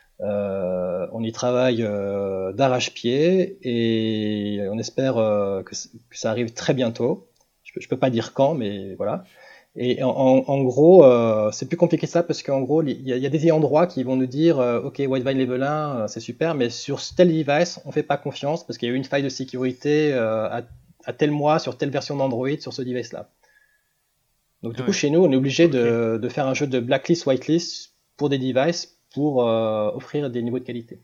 Euh, on y travaille euh, d'arrache-pied et on espère euh, que, c- que ça arrive très bientôt. Je peux, je peux pas dire quand, mais voilà. Et en, en, en gros, euh, c'est plus compliqué que ça parce qu'en gros, il y, a- il y a des ayants droit qui vont nous dire euh, OK, Widevine Level un, euh, c'est super, mais sur tel device, on fait pas confiance parce qu'il y a eu une faille de sécurité euh, à, à tel mois sur telle version d'Android sur ce device-là. Donc du Ah coup, ouais. chez nous, on est obligé Ok. de, de faire un jeu de blacklist, whitelist pour des devices pour euh, offrir des niveaux de qualité.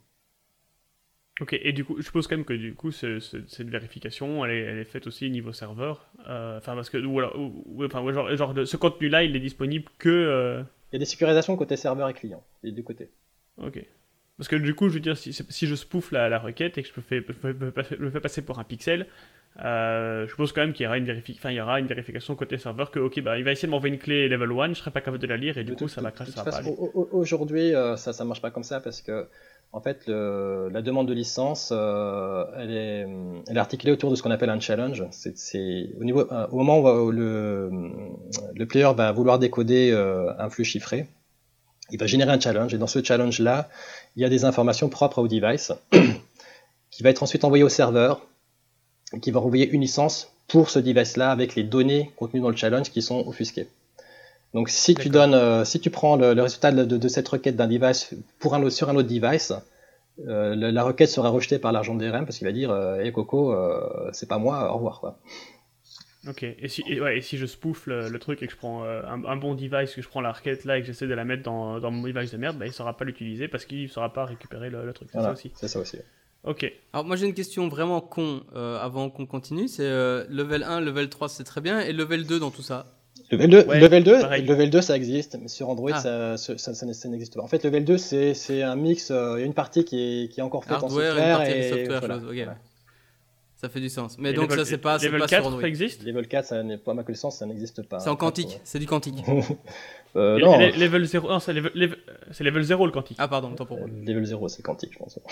Ok, et du coup, je suppose quand même que du coup, ce- ce- cette vérification, elle est, elle est faite aussi niveau serveur. Euh, Enfin, parce que, ou alors, ou- ou- enfin, ouais, genre, genre de- ce contenu-là, il est disponible que. euh, Il y a des sécurisations côté serveur et client, des deux côtés. Ok. Parce que du coup, je veux dire, si, si je spoof la, la requête et que je me fais, je me fais passer- je me fais passer pour un pixel, Euh, je pense quand même qu'il y aura une, vérifi- enfin, il y aura une vérification côté serveur que ok bah il va essayer de m'envoyer une clé level un, je serai pas capable de la lire et du De coup toute- ça va de cracher, toute ça va pas façon, aller. au- au- Aujourd'hui, euh, ça ça marche pas comme ça parce que en fait, le- la demande de licence, euh, elle est, elle est articulée autour de ce qu'on appelle un challenge. C'est, c'est au niveau, euh, au moment où euh, le, le player va vouloir décoder euh, un flux chiffré, il va générer un challenge et dans ce challenge-là, il y a des informations propres au device qui va être ensuite envoyé au serveur et qui va renvoyer une licence pour ce device-là avec les données contenues dans le challenge qui sont offusquées. Donc si tu D'accord. donnes, euh, si tu prends le, le résultat de, de cette requête d'un device pour un autre, sur un autre device, euh, la, la requête sera rejetée par l'agent D R M parce qu'il va dire euh, hey Coco, euh, c'est pas moi, au revoir quoi. Ok, et si, et, ouais, et si je spoof le, le truc et que je prends euh, un, un bon device, que je prends la requête là et que j'essaie de la mettre dans, dans mon device de merde, bah, il saura pas l'utiliser parce qu'il saura pas récupérer le, le truc. C'est Voilà, ça aussi. c'est ça aussi. Ok. Alors moi j'ai une question vraiment con euh, avant qu'on continue, c'est euh, level un, level trois c'est très bien, et level deux dans tout ça? Level deux, Ouais, level deux, pareil. level deux ça existe, mais sur Android Ah. ça, ça, ça, ça, ça n'existe pas. En fait, level deux c'est, c'est un mix, euh, il y a une partie qui est, qui est encore faite Hardware en et une software partie et, software, voilà, chose, ok. voilà. Ça fait du sens. Mais Et donc level, ça c'est pas, c'est level pas quatre, sur Android. ça existe. Level quatre, ça n'est pas à ma connaissance, ça n'existe pas. C'est en En fait, quantique, c'est du quantique. euh, Et- non, et le- level zéro, non, c'est level, level- c'est level zéro le quantique. Ah pardon, tant pour euh, moi. level zéro c'est quantique, je pense.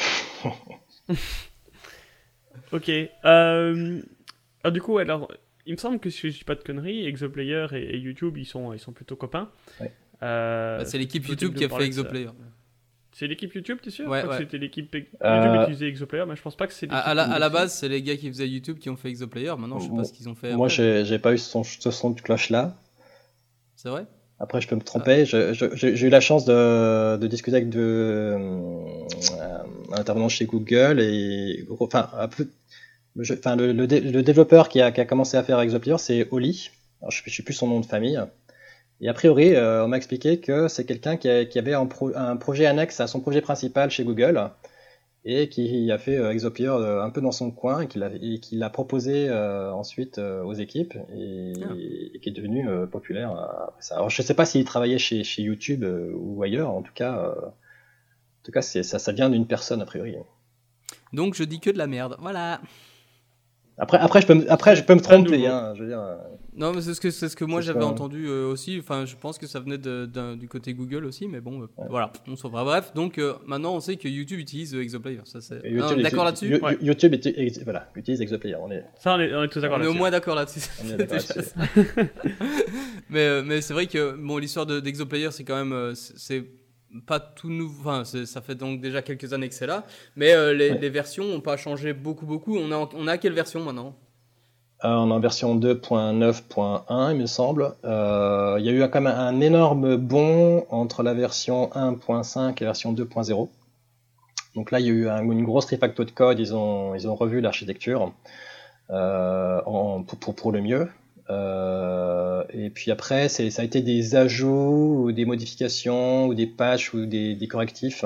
Ok. Euh, alors du coup, alors, il me semble que si je dis pas de conneries, Exoplayer et, et YouTube, ils sont, ils sont plutôt copains. Ouais. Euh, Bah, c'est l'équipe plutôt YouTube de qui a parler fait de ça. Exoplayer. C'est l'équipe YouTube, t'es sûr? Ouais, Je crois que ouais. c'était l'équipe YouTube Euh, utilisait Exoplayer, mais je pense pas que c'est À, l'équipe. à la, à la aussi. base, c'est les gars qui faisaient YouTube qui ont fait Exoplayer. Maintenant, je sais pas ce qu'ils ont fait. Moi, après. j'ai, j'ai pas eu ce son, ce son de cloche là. C'est vrai? Après, je peux me tromper. Je- je- j'ai j'ai eu la chance de, de discuter avec de, euh, un intervenant chez Google et, enfin, un peu- je- enfin, le, le, dé- le développeur qui a, qui a commencé à faire Exoplayer, c'est Oli. Alors, je, je sais plus son nom de famille. Et a priori, euh, on m'a expliqué que c'est quelqu'un qui, a- qui avait un, pro- un projet annexe à son projet principal chez Google et qui a fait euh, Exoplayer euh, un peu dans son coin et qui l'a, et qui l'a proposé euh, ensuite euh, aux équipes et, Ah. et qui est devenu euh, populaire euh, après ça. Alors je sais pas s'il travaillait chez, chez YouTube euh, ou ailleurs, en tout cas, euh, en tout cas c'est, ça, ça vient d'une personne a priori. Donc, je dis que de la merde. Voilà. Après, après, je peux me, après, je peux me Pas tromper, nouveau. hein, je veux dire. euh, Non, mais c'est ce que, c'est ce que moi C'est ce j'avais qu'on- entendu euh, aussi. Enfin, je pense que ça venait de- d'un- du côté Google aussi, mais bon, euh, Ouais. voilà, on s'en va. Bref, donc euh, maintenant on sait que YouTube utilise euh, Exoplayer. Ça, c'est... Et Ah, on YouTube, est d'accord là-dessus? You- Ouais. YouTube était- ex- voilà, utilise Exoplayer. On est, Ça, on est, on est tous d'accord On est au là-dessus. moins d'accord là-dessus. on est C'est d'accord déjà là-dessus. ça. mais, euh, mais c'est vrai que bon, l'histoire de, d'Exoplayer, c'est quand même, euh, c'est, c'est pas tout nouveau. Enfin, c'est- ça fait donc déjà quelques années que c'est là. Mais euh, les, Ouais. les versions n'ont pas changé beaucoup, beaucoup. On a, en- on a quelle version maintenant? Euh, on est en version deux point neuf point un, il me semble. Euh, il y a eu quand même un énorme bond entre la version un point cinq et la version deux point zéro. Donc là, il y a eu un- une grosse refacto de code. Ils ont, ils ont revu l'architecture euh, en- pour, pour, pour le mieux. Euh, et puis après, c'est, ça a été des ajouts, ou des modifications, ou des patchs, ou des, des correctifs.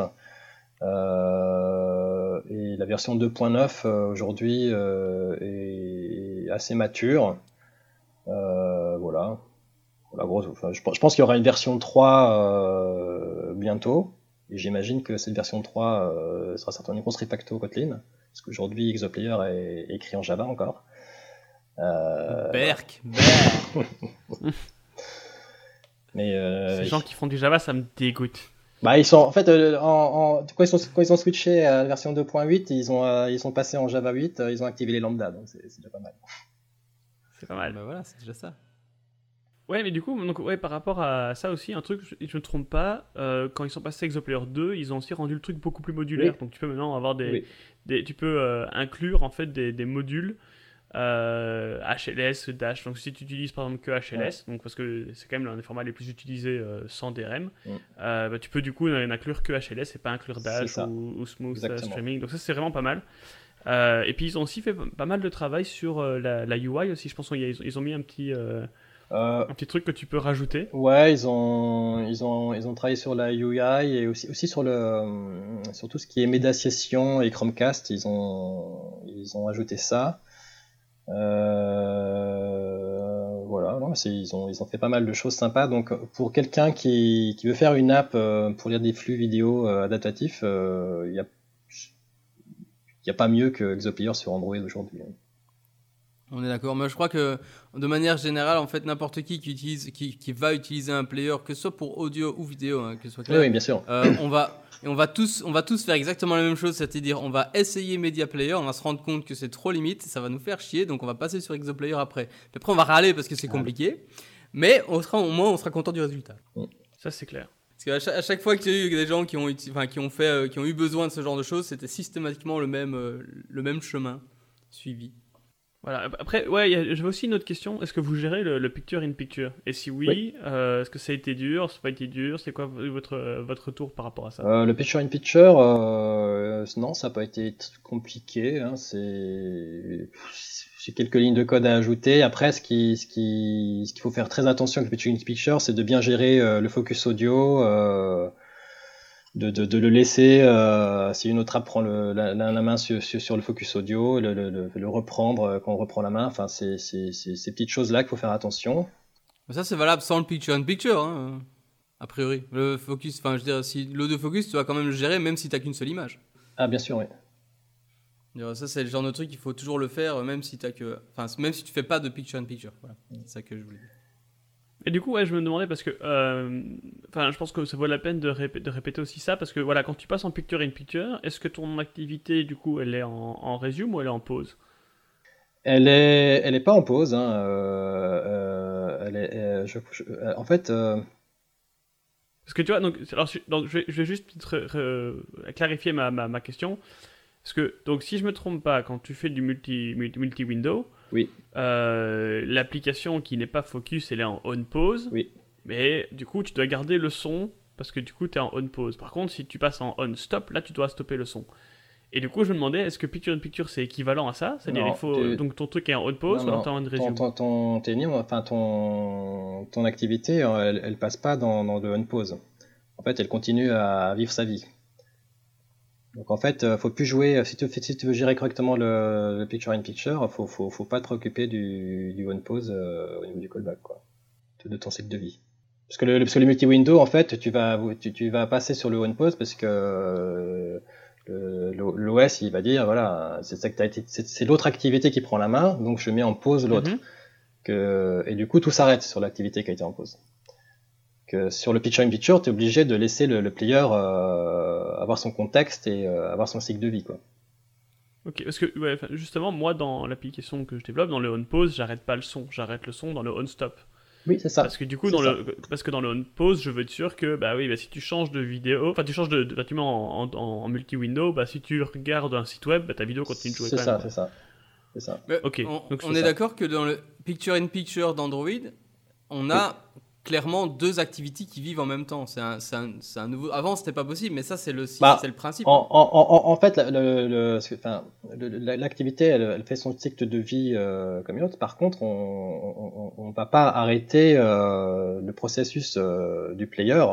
Euh, et la version deux point neuf euh, aujourd'hui euh, est assez mature. Euh, voilà. Voilà, gros, enfin, je, pense- je pense qu'il y aura une version trois euh, bientôt. Et j'imagine que cette version trois euh, sera certainement une grosse refacto Kotlin. Parce qu'aujourd'hui, Exoplayer est, est écrit en Java encore. Euh, Berk, Berk. mais euh, Ces gens qui font du Java, ça me dégoûte. bah, ils sont en fait euh, en, en- quand, ils sont, quand ils ont switché à la version deux point huit, ils ont euh, ils sont passés en Java huit, euh, ils ont activé les lambda, donc c'est c'est déjà pas mal. C'est pas mal. Bah voilà, c'est déjà ça. Ouais, mais du coup, donc, ouais, par rapport à ça aussi, un truc, je, je me trompe pas, euh, quand ils sont passés à Exoplayer deux, ils ont aussi rendu le truc beaucoup plus modulaire. Oui. Donc tu peux maintenant avoir des. Oui. des tu peux euh, inclure en fait des, des modules euh, H L S, Dash. Donc si tu utilises par exemple que H L S, donc, parce que c'est quand même l'un des formats les plus utilisés euh, sans D R M, Mm. euh, bah, tu peux du coup n'inclure que H L S et pas inclure C'est Dash ça. ou, ou Smooth euh, Exactement. Streaming. Donc ça, c'est vraiment pas mal. Euh, et puis ils ont aussi fait pas mal de travail sur euh, la, la U I aussi. Je pense qu'ils ont, ils ont mis un petit. Euh, Euh, un petit truc que tu peux rajouter. ouais, ils ont ils ont ils ont travaillé sur la U I et aussi aussi sur le euh, sur tout ce qui est Médiation et Chromecast, ils ont ils ont ajouté ça. Euh, voilà, non, c'est, ils ont ils ont fait pas mal de choses sympas. Donc pour quelqu'un qui qui veut faire une app euh, pour lire des flux vidéo euh, adaptatifs, euh, il y a il y a pas mieux que Exoplayer sur Android aujourd'hui. On est d'accord, mais je crois que de manière générale, en fait, n'importe qui qui, utilise, qui, qui va utiliser un player, que ce soit pour audio ou vidéo, hein, que ce soit clair, oui, oui, bien sûr. Euh, on, va, et on, va tous, on va tous faire exactement la même chose, c'est-à-dire on va essayer Media Player, on va se rendre compte que c'est trop limite, ça va nous faire chier, donc on va passer sur Exoplayer après. Puis après, on va râler parce que c'est compliqué, mais on sera, au moins, on sera content du résultat. Ça, c'est clair. Parce qu'à chaque, à chaque fois qu'il y a eu des gens qui ont, enfin, qui, ont fait, euh, qui ont eu besoin de ce genre de choses, c'était systématiquement le même, euh, le même chemin suivi. Voilà. Après, ouais, j'avais aussi une autre question. Est-ce que vous gérez le, le picture-in-picture? Et si oui, oui. Euh, est-ce que ça a été dur? Ça n'a pas été dur? C'est quoi votre, votre retour par rapport à ça? euh, Le picture-in-picture, euh, non, ça n'a pas été compliqué. Hein, c'est... J'ai quelques lignes de code à ajouter. Après, ce qui, ce qui, ce qu'il faut faire très attention avec le picture-in-picture, c'est de bien gérer euh, le focus audio, euh, de, de, de le laisser, euh, si une autre app prend le, la, la main sur, sur, sur le focus audio, le, le, le reprendre quand on reprend la main. Enfin, c'est, c'est, c'est ces petites choses-là qu'il faut faire attention. Mais ça, c'est valable sans le picture-in-picture, hein, a priori. Le focus, enfin, je veux dire, si l'autofocus, tu vas quand même le gérer, même si tu n'as qu'une seule image. Ah, bien sûr, oui. Ça, c'est le genre de truc qu'il faut toujours le faire, même si t'as que, enfin, même si tu fais pas de picture-in-picture. Voilà, c'est ça que je voulais dire. Et du coup, ouais, je me demandais parce que, enfin, euh, je pense que ça vaut la peine de, répé- de répéter aussi ça parce que, voilà, quand tu passes en picture-in-picture, est-ce que ton activité, du coup, elle est en, en resume ou elle est en pause? Elle est, elle est pas en pause. Hein. Euh, euh, elle est, euh, je, je, euh, en fait. Euh... Parce que tu vois, donc, alors, donc je, vais, je vais juste re, re, clarifier ma, ma, ma question. Parce que, donc, si je me trompe pas, quand tu fais du multi, multi, multi-window, oui. euh, l'application qui n'est pas focus, elle est en on-pause. Oui. Mais du coup, tu dois garder le son parce que du coup, tu es en on-pause. Par contre, si tu passes en on-stop, là, tu dois stopper le son. Et du coup, je me demandais, est-ce que picture-in-picture, c'est équivalent à ça? C'est-à-dire, il faut, tu... donc ton truc est en on-pause ou alors t'es en on-resume? Ton, ton, ton, enfin, ton, ton activité, elle, elle passe pas dans, dans le on-pause. En fait, elle continue à vivre sa vie. Donc en fait, euh, faut plus jouer. Si tu, si tu veux gérer correctement le, le picture-in-picture, faut, faut, faut pas te préoccuper du, du on-pause euh, au niveau du callback, quoi, de ton cycle de vie. Parce que le, parce que le multi-window, en fait, tu vas, tu, tu vas passer sur le on-pause parce que euh, l'O S, il va dire, voilà, c'est, c'est, c'est l'autre activité qui prend la main, donc je mets en pause l'autre. Mm-hmm. Que, et du coup, tout s'arrête sur l'activité qui a été en pause. Que sur le picture-in-picture, tu es obligé de laisser le, le player euh, avoir son contexte et euh, avoir son cycle de vie, quoi. Ok, parce que ouais, justement, moi, dans l'application que je développe, dans le on-pause, j'arrête pas le son, j'arrête le son dans le on-stop. Oui, c'est ça. Parce que du coup, dans le, parce que dans le on-pause, je veux être sûr que, bah oui, bah, si tu changes de vidéo, enfin, tu changes de, de bah, tu mets en, en, en multi-window, bah si tu regardes un site web, bah, ta vidéo continue de jouer. C'est quand ça, même. c'est ça, c'est ça. Mais ok. On, donc, on est ça. d'accord que dans le picture-in-picture d'Android, on a oui. clairement deux activités qui vivent en même temps. C'est un, c'est un, c'est un nouveau. Avant, c'était pas possible, mais ça, c'est le, bah, c'est le principe. En, en, en, en fait, le, le, enfin, le, l'activité, elle, elle fait son cycle de vie euh, comme une autre. Par contre, on on, on va pas arrêter euh, le processus euh, du player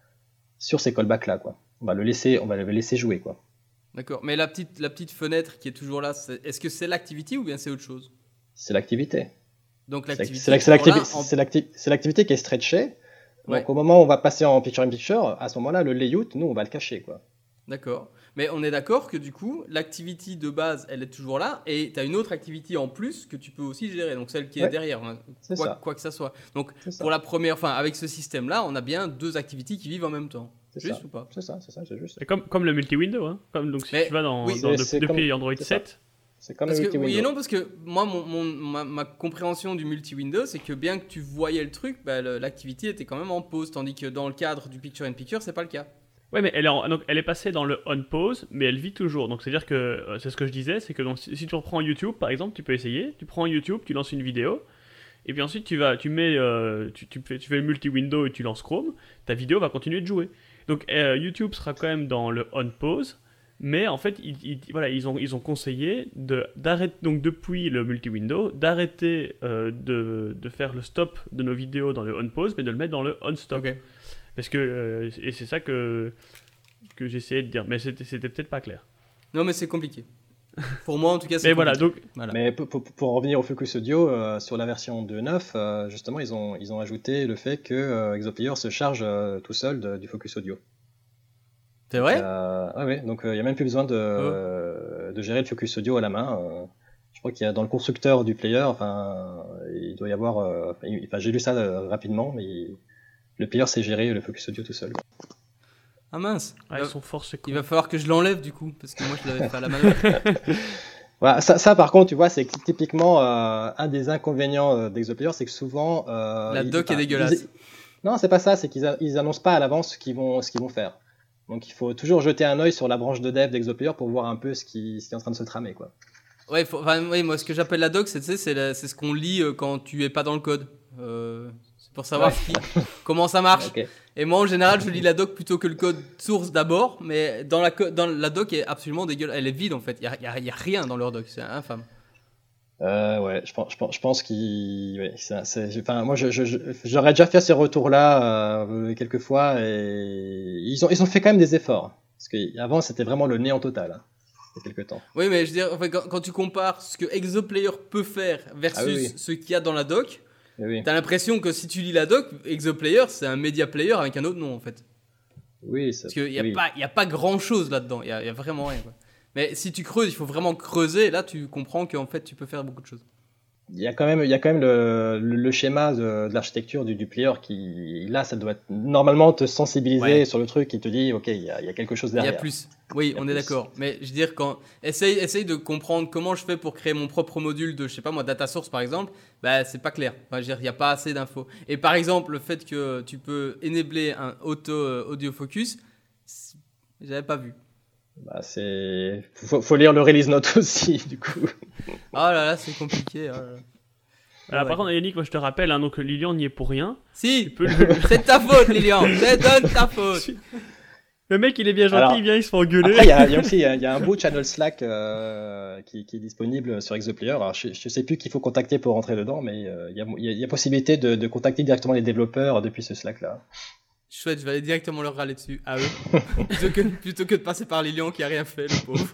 sur ces callbacks là, quoi. On va le laisser, on va le laisser jouer, quoi. D'accord. Mais la petite, la petite fenêtre qui est toujours là, c'est, est-ce que c'est l'activité ou bien c'est autre chose? C'est l'activité. Donc l'activité. C'est, c'est, l'activité, en... c'est, l'acti- c'est l'activité qui est stretchée. Donc ouais. Au moment où on va passer en picture-in-picture, à ce moment-là, le layout, nous, on va le cacher, quoi. D'accord. Mais on est d'accord que du coup, l'activité de base, elle est toujours là, et tu as une autre activité en plus que tu peux aussi gérer, donc celle qui ouais. est derrière, hein, c'est quoi, ça. quoi que ça soit. Donc c'est pour ça. la première, enfin avec ce système-là, on a bien deux activités qui vivent en même temps. C'est juste ça. ou pas? C'est ça, c'est ça, c'est juste. Et comme, comme le multi-window, hein. Comme, donc si Mais, tu vas dans, oui, dans de, depuis comme, Android sept. C'est comme parce le que, multi-window. Oui et non, parce que moi, mon, mon, ma, ma compréhension du multi-window, c'est que bien que tu voyais le truc, bah, le, l'activité était quand même en pause, tandis que dans le cadre du picture-in-picture, c'est pas le cas. Ouais, mais elle est, en, donc, elle est passée dans le on-pause, mais elle vit toujours. Donc c'est-à-dire que, euh, c'est ce que je disais, c'est que donc, si, si tu reprends YouTube, par exemple, tu peux essayer, tu prends YouTube, tu lances une vidéo, et puis ensuite tu vas, tu mets, euh, tu, tu, fais, tu fais le multi-window et tu lances Chrome, ta vidéo va continuer de jouer. Donc euh, YouTube sera quand même dans le on-pause, mais en fait, ils, ils, voilà, ils, ont, ils ont conseillé de, d'arrêter, donc depuis le multi-window, d'arrêter euh, de, de faire le stop de nos vidéos dans le on-pause, mais de le mettre dans le on-stop. Okay. Parce que, euh, et c'est ça que, que j'essayais de dire, mais c'était, c'était peut-être pas clair. Non, mais c'est compliqué. Pour moi, en tout cas, c'est mais compliqué. Voilà, donc, voilà. Mais pour, pour, pour revenir au focus audio, euh, sur la version deux point neuf, euh, justement, ils ont, ils ont ajouté le fait que euh, Exoplayer se charge euh, tout seul de, du focus audio. C'est vrai? euh, ouais, ouais, donc il euh, n'y a même plus besoin de, oh. euh, de gérer le focus audio à la main. Euh, je crois qu'il y a dans le constructeur du player, enfin, il doit y avoir, euh, enfin, j'ai lu ça euh, rapidement, mais il, le player sait gérer le focus audio tout seul. Quoi. Ah mince. Ah, ils sont forts, c'est cool. Il va falloir que je l'enlève du coup, parce que moi je l'avais fait à la manœuvre. Voilà, ça, ça par contre, tu vois, c'est typiquement euh, un des inconvénients euh, d'Exoplayer, c'est que souvent euh, la doc ils, est dégueulasse. Ils, non, c'est pas ça, c'est qu'ils a, ils annoncent pas à l'avance ce qu'ils vont ce qu'ils vont faire. Donc il faut toujours jeter un œil sur la branche de dev d'Exoplayer pour voir un peu ce qui, ce qui est en train de se tramer, quoi. Ouais, faut, enfin, ouais, moi ce que j'appelle la doc, c'est c'est, c'est, c'est ce qu'on lit euh, quand tu es pas dans le code. Euh, c'est pour savoir Ouais. ce qui, comment ça marche. Okay. Et moi en général, je lis la doc plutôt que le code source d'abord, mais dans la co- dans la doc est absolument dégueulasse. Elle est vide en fait. Il y a, y a, y a rien dans leur doc, c'est infâme. Euh, ouais, je pense, je pense, je pense qu'il, ouais, c'est, c'est, enfin, moi, je, je, je, j'aurais déjà fait ces retours-là euh, quelques fois et ils ont, ils ont fait quand même des efforts parce qu'avant c'était vraiment le néant total. Hein, il y a quelques temps. Oui, mais je veux dire, en fait, quand, quand tu compares ce que Exoplayer peut faire versus Ah oui, oui. ce qu'il y a dans la doc, oui. t'as l'impression que si tu lis la doc, Exoplayer c'est un media player avec un autre nom en fait. Oui, ça, parce qu'il y a oui. pas, il y a pas grand chose là-dedans. Il y a, il y a vraiment rien. Quoi. Mais si tu creuses, il faut vraiment creuser. Et là, tu comprends qu'en fait, tu peux faire beaucoup de choses. Il y a quand même, il y a quand même le, le, le schéma de, de l'architecture du, du player qui, là, ça doit être, normalement te sensibiliser ouais. sur le truc qui te dit, ok, il y a, il y a quelque chose derrière. Il y a plus. Oui, a on plus. est d'accord. Mais je veux dire, quand essaye, essaye de comprendre comment je fais pour créer mon propre module de, je sais pas moi, data source par exemple. Bah, c'est pas clair. Enfin, je veux dire, il n'y a pas assez d'infos. Et par exemple, le fait que tu peux enabler un auto euh, audio focus, j'avais pas vu. Bah, c'est, faut, faut lire le release note aussi, du coup. Oh là là, c'est compliqué. Oh là là. Alors, ouais. Par contre, Yannick, moi je te rappelle, hein, donc Lilian n'y est pour rien. Si, peux le... c'est de ta faute, Lilian. C'est de ta faute. Le mec, il est bien gentil, Alors, il vient, il se fait engueuler. Après, il y a, y a aussi, il y, y a un beau channel Slack euh, qui, qui est disponible sur Exoplayer. Alors, je, je sais plus qu'il faut contacter pour rentrer dedans, mais il euh, y, a, y, a, y a possibilité de, de contacter directement les développeurs depuis ce Slack-là. Chouette, je vais aller directement leur râler dessus, à eux, plutôt, que, plutôt que de passer par Lilian qui a rien fait, le pauvre.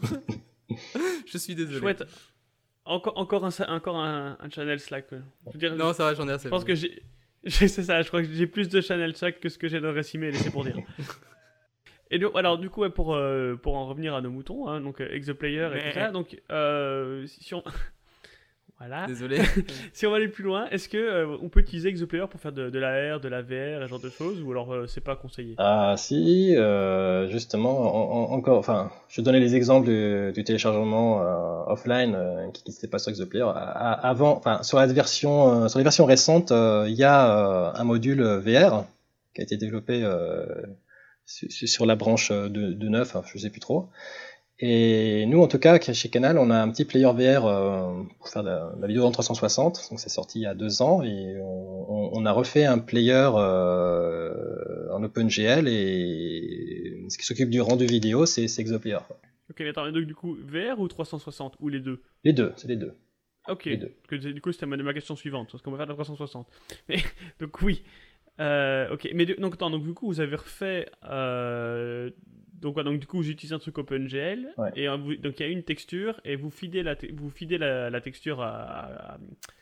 Je suis désolé. Chouette. Encore, encore, un, encore un, un channel Slack. Je veux dire, non, ça va, j'en ai assez. Je pense que j'ai... C'est ça, je crois que j'ai plus de channel Slack que ce que j'ai dans Récimé, laissez pour dire. Et donc, alors, du coup, ouais, pour, euh, pour en revenir à nos moutons, hein, donc Exoplayer et tout ça, donc, euh, si on... Voilà. Désolé. Si on va aller plus loin, est-ce que euh, on peut utiliser Exoplayer pour faire de, de l'A R, de la V R, ce genre de choses, ou alors euh, c'est pas conseillé? Ah si, euh, justement, en, en, encore, enfin, je donnais les exemples du, du téléchargement euh, offline euh, qui n'existait pas sur Exoplayer. À, avant, enfin, sur la version, euh, sur les versions récentes, il euh, y a euh, un module V R qui a été développé euh, sur, sur la branche de, de neuf, hein, je sais plus trop. Et nous, en tout cas, chez Canal, on a un petit player V R euh, pour faire de la, de la vidéo en trois cent soixante. Donc, c'est sorti il y a deux ans et on, on a refait un player euh, en OpenGL et ce qui s'occupe du rendu vidéo, c'est, c'est Exoplayer. Ok, mais attends, donc du coup, V R ou trois cent soixante ou les deux? Les deux, c'est les deux. Ok, les deux. Que, du coup, c'était ma, ma question suivante, parce qu'on va faire de la trois cent soixante. Mais, donc oui, euh, ok, mais donc, attends, donc du coup, vous avez refait... Euh, Donc, ouais, donc du coup, vous utilisez un truc OpenGL, ouais. et euh, vous, donc il y a une texture, et vous feedez la, te- vous feedez la, la texture à, à,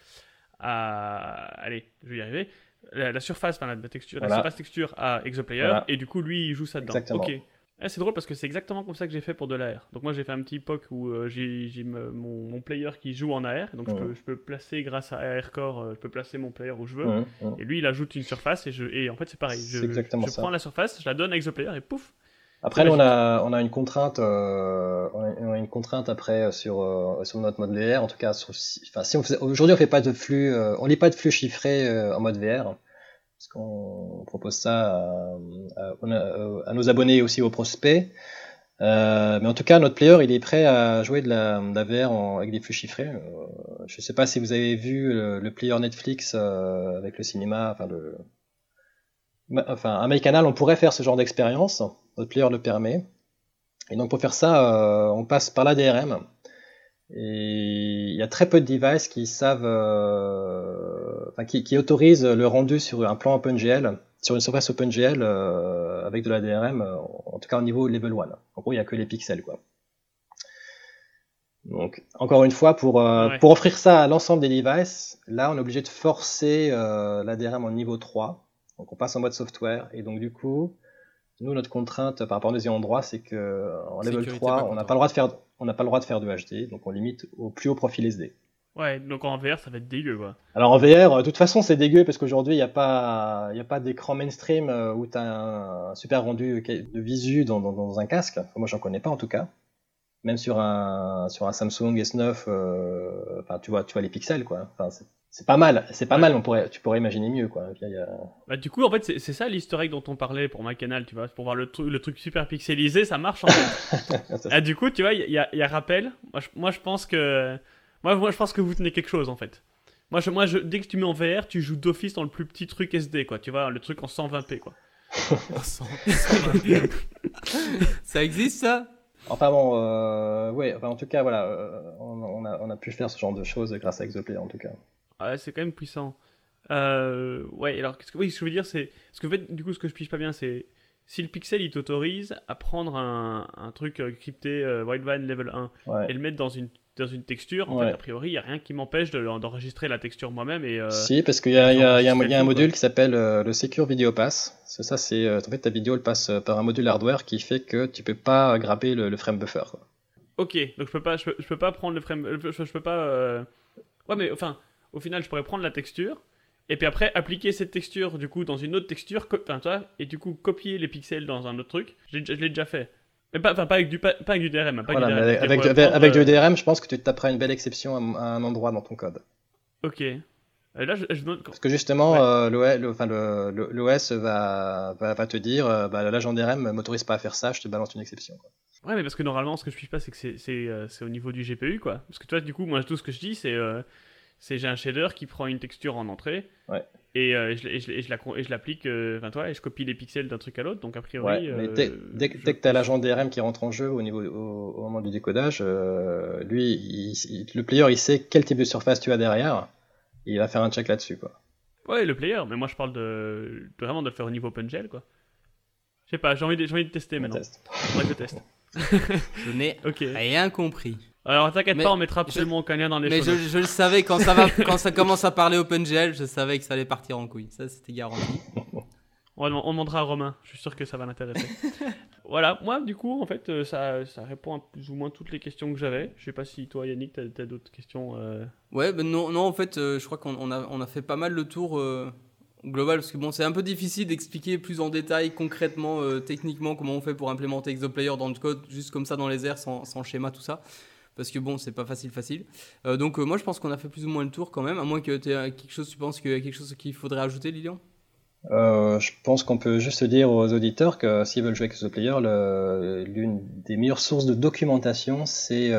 à... Allez, je vais y arriver. La, la surface, enfin la, la texture, voilà. la surface texture à Exoplayer, voilà. Et du coup, lui, il joue ça dedans. Exactement. Ok. Ah, c'est drôle parce que c'est exactement comme ça que j'ai fait pour de l'A R. Donc moi, j'ai fait un petit P O C où euh, j'ai, j'ai me, mon, mon player qui joue en A R, donc mmh. je, peux, je peux placer, grâce à AirCore, euh, je peux placer mon player où je veux, mmh. Mmh. Et lui, il ajoute une surface, et, je, et en fait, c'est pareil. Je, c'est exactement je ça. prends la surface, je la donne à Exoplayer, et pouf. Après, nous, on a, on a une contrainte, euh, on a une contrainte après sur, euh, sur notre mode V R. En tout cas, sur, enfin, si on faisait, aujourd'hui, on fait pas de flux, euh, on lit pas de flux chiffré euh, en mode V R, parce qu'on propose ça à, à, à nos abonnés et aussi aux prospects. Euh, mais en tout cas, notre player, il est prêt à jouer de la, de la V R en, avec des flux chiffrés. Euh, je sais pas si vous avez vu le, le player Netflix euh, avec le cinéma, enfin le, enfin, à MyCanal, on pourrait faire ce genre d'expérience. Notre player le permet. Et donc pour faire ça, euh, on passe par l'A D R M. Et il y a très peu de devices qui savent, euh, enfin, qui, qui autorisent le rendu sur un plan OpenGL, sur une surface OpenGL euh, avec de l'A D R M, en tout cas au niveau level un. En gros, il n'y a que les pixels, quoi. Donc, encore une fois, pour, euh, ouais. pour offrir ça à l'ensemble des devices, là, on est obligé de forcer euh, l'A D R M en niveau trois. Donc, on passe en mode software. Et donc, du coup, Nous, notre contrainte par rapport aux ayants droit, c'est qu'en level Sécurité, trois, pas on n'a content. pas le droit de faire, on n'a pas le droit de faire de H D, donc on limite au plus haut profil S D. Ouais, donc en V R, ça va être dégueu, quoi. Alors en V R, de toute façon, c'est dégueu parce qu'aujourd'hui, il n'y a pas, il y a pas d'écran mainstream euh, où tu as un, un super rendu de visu dans, dans, dans un casque. Enfin, moi, j'en connais pas en tout cas. Même sur un, sur un Samsung S neuf, euh, enfin, tu vois, tu vois les pixels, quoi. Enfin, c'est, c'est pas mal, c'est pas Ouais. mal. On pourrait, tu pourrais imaginer mieux, quoi. Il y a- il y a- Bah, du coup, en fait, c'est c'est ça l'easter egg dont on parlait pour ma canal, tu vois. Pour voir le, tru- le truc super pixelisé, ça marche en fait. Ça, Ah, du coup, tu vois, il y, a- il y a rappel. Moi je, moi, je pense que. Moi, moi, je pense que vous tenez quelque chose en fait. Moi, je, moi je, dès que tu mets en V R, tu joues d'office dans le plus petit truc S D, quoi. Tu vois, le truc en cent vingt p, quoi. Ça existe ça? Enfin bon, euh, ouais, enfin, en tout cas, voilà, euh, on, on a, on a pu faire ce genre de choses grâce à Exoplayer, en tout cas. Ouais, c'est quand même puissant. Euh, ouais, alors, qu'est-ce que, oui, ce que je veux dire, c'est. Parce que, en fait, du coup, ce que je pige pas bien, c'est. Si le pixel, il t'autorise à prendre un, un truc euh, crypté euh, Widevine level un Ouais. et le mettre dans une, dans une texture, en Ouais. fait, a priori, il n'y a rien qui m'empêche de- d'enregistrer la texture moi-même. Et, euh, Si, parce qu'il y a, il y a- il y a un, il y a un tout, module quoi. qui s'appelle euh, le Secure Video Pass. C'est ça, c'est euh, en fait ta vidéo elle passe euh, par un module hardware qui fait que tu peux pas euh, grapper le, le frame buffer, quoi. Ok, donc je peux pas, je peux, je peux pas prendre le frame, je, je peux pas. euh, Ouais, mais enfin, au final, je pourrais prendre la texture et puis après appliquer cette texture du coup dans une autre texture, co- enfin, tu vois, et du coup copier les pixels dans un autre truc. Je l'ai déjà- je l'ai déjà fait. Mais pas, enfin, pas avec du, pas, pas avec du D R M, hein, pas Voilà, avec mais du D R M. avec, je avec, pourrais avec, prendre, avec euh, du D R M, je pense que tu te taperas une belle exception à, à un endroit dans ton code. Ok. Et là, je, je demande. Parce que justement, Ouais. euh, l'O S, le- enfin, le- le- l'O S va, va, va te dire, euh, bah, l'agent D R M m'autorise pas à faire ça, je te balance une exception, quoi. Ouais, mais parce que normalement, ce que je piche pas, c'est que c'est, c'est, euh, c'est au niveau du G P U, quoi. Parce que tu vois, du coup, moi, tout ce que je dis, c'est, euh, c'est j'ai un shader qui prend une texture en entrée. Ouais. Et, euh, et je, et je- et je la- et je l'applique, euh, enfin, toi, et je copie les pixels d'un truc à l'autre. Donc, a priori. Ouais, mais euh, dès, dès, que- je- dès que tu as l'agent D R M qui rentre en jeu au, niveau, au, au moment du décodage, euh, lui, il- il- le player, il sait quel type de surface tu as derrière, et il va faire un check là-dessus, quoi. Ouais, le player, mais moi, je parle de, de vraiment de le faire au niveau OpenGL, quoi. Je sais pas, j'ai envie de, j'ai envie de tester On maintenant. teste. Ouais, je teste. Je n'ai Ok. rien compris. Alors, t'inquiète Mais pas, on mettra je- absolument aucun lien dans les Mais je, choses. je le savais, quand ça, va, quand ça commence à parler OpenGL, je savais que ça allait partir en couille. Ça, c'était garanti. On, on demandera à Romain, je suis sûr que ça va l'intéresser. Voilà, moi du coup, en fait, euh, ça, ça répond à plus ou moins toutes les questions que j'avais. Je sais pas si toi, Yannick, t'as, t'as d'autres questions. euh, Ouais, ben non, non, en fait, euh, je crois qu'on on a, on a fait pas mal le tour euh, global, parce que bon, c'est un peu difficile d'expliquer plus en détail, concrètement, euh, techniquement, comment on fait pour implémenter Exoplayer dans le code, juste comme ça dans les airs, sans, sans schéma, tout ça. Parce que bon, c'est pas facile, facile. Euh, donc euh, moi, je pense qu'on a fait plus ou moins le tour quand même, à moins que tu aies quelque chose, tu penses qu'il y a quelque chose qu'il faudrait ajouter, Lilian? Euh, je pense qu'on peut juste dire aux auditeurs que s'ils veulent jouer avec Exoplayer, le- l'une des meilleures sources de documentation, c'est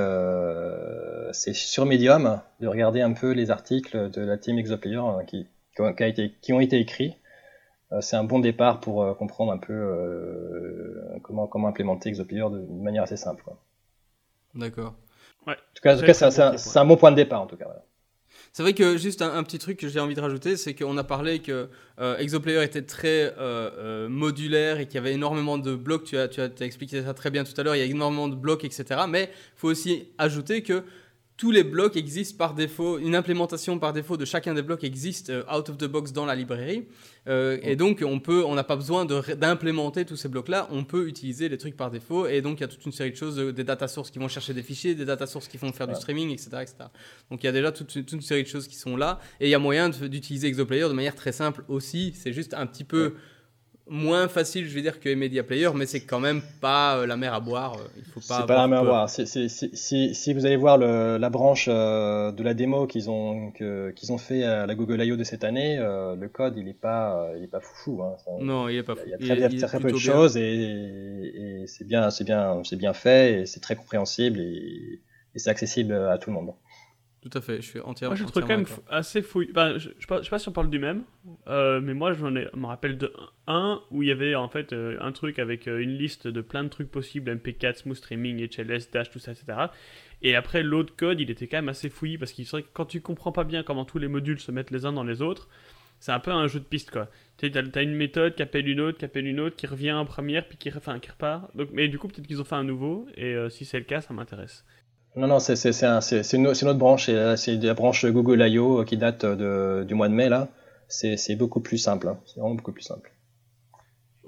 euh, c'est sur Medium, de regarder un peu les articles de la team Exoplayer hein, qui, qui, ont, qui a été, qui ont été écrits. Euh, c'est un bon départ pour euh, comprendre un peu euh, comment, comment implémenter Exoplayer de manière assez simple, quoi. D'accord. Ouais. En tout cas, en tout cas, Très, c'est très un- bon tip, c'est un bon point de départ, en tout cas. Voilà. C'est vrai que juste un, un petit truc que j'ai envie de rajouter, c'est qu'on a parlé que euh, Exoplayer était très euh, euh, modulaire et qu'il y avait énormément de blocs. Tu as, tu as, tu as expliqué ça très bien tout à l'heure. Il y a énormément de blocs, et cetera. Mais il faut aussi ajouter que tous les blocs existent par défaut. Une implémentation par défaut de chacun des blocs existe euh, out of the box dans la librairie. Euh, et donc, on peut, on n'a pas besoin de ré- d'implémenter tous ces blocs-là. On peut utiliser les trucs par défaut. Et donc, il y a toute une série de choses, euh, des data sources qui vont chercher des fichiers, des data sources qui vont faire Ouais. du streaming, et cetera, et cetera. Donc, il y a déjà toute, une- toute une série de choses qui sont là. Et il y a moyen de- d'utiliser Exoplayer de manière très simple aussi. C'est juste un petit peu moins facile, je vais dire, que Media Player, mais c'est quand même pas euh, la mer à boire. euh, Il faut pas C'est avoir pas la même à peur. voir. C'est- c'est- c'est- Si, si vous allez voir le, la branche euh, de la démo qu'ils ont, que- qu'ils ont fait à la Google I O de cette année, euh, le code il est pas, euh, il est pas foufou. Hein. Ça- Non, il est pas fou. Il y a Il très, est- bien- il est très peu de plutôt bien. choses et, et c'est bien, c'est bien, c'est bien fait et c'est très compréhensible et, et c'est accessible à tout le monde. Tout à fait, je suis entièrement. Moi, je le trouve quand même entièrement f- assez fouillé. Enfin, je, je, sais pas, je sais pas si on parle du même, euh, mais moi, je m'en ai- me rappelle de un où il y avait en fait euh, un truc avec euh, une liste de plein de trucs possibles, M P quatre, Smooth Streaming, H L S, Dash, tout ça, et cetera. Et après, l'autre code, il était quand même assez fouillis parce qu'il serait que quand tu comprends pas bien comment tous les modules se mettent les uns dans les autres, c'est un peu un jeu de piste, quoi. Tu sais, t'as, t'as une méthode qui appelle une autre, qui appelle une autre, qui revient en première, puis qui, enfin, qui repart. Donc, mais du coup, peut-être qu'ils ont fait un nouveau, et euh, si c'est le cas, ça m'intéresse. Non, non, c'est c'est- c'est un- c'est- c'est une, c'est une autre branche, c'est la- c'est la branche Google I O qui date de, du mois de mai là. C'est c'est beaucoup plus simple, hein. C'est vraiment beaucoup plus simple.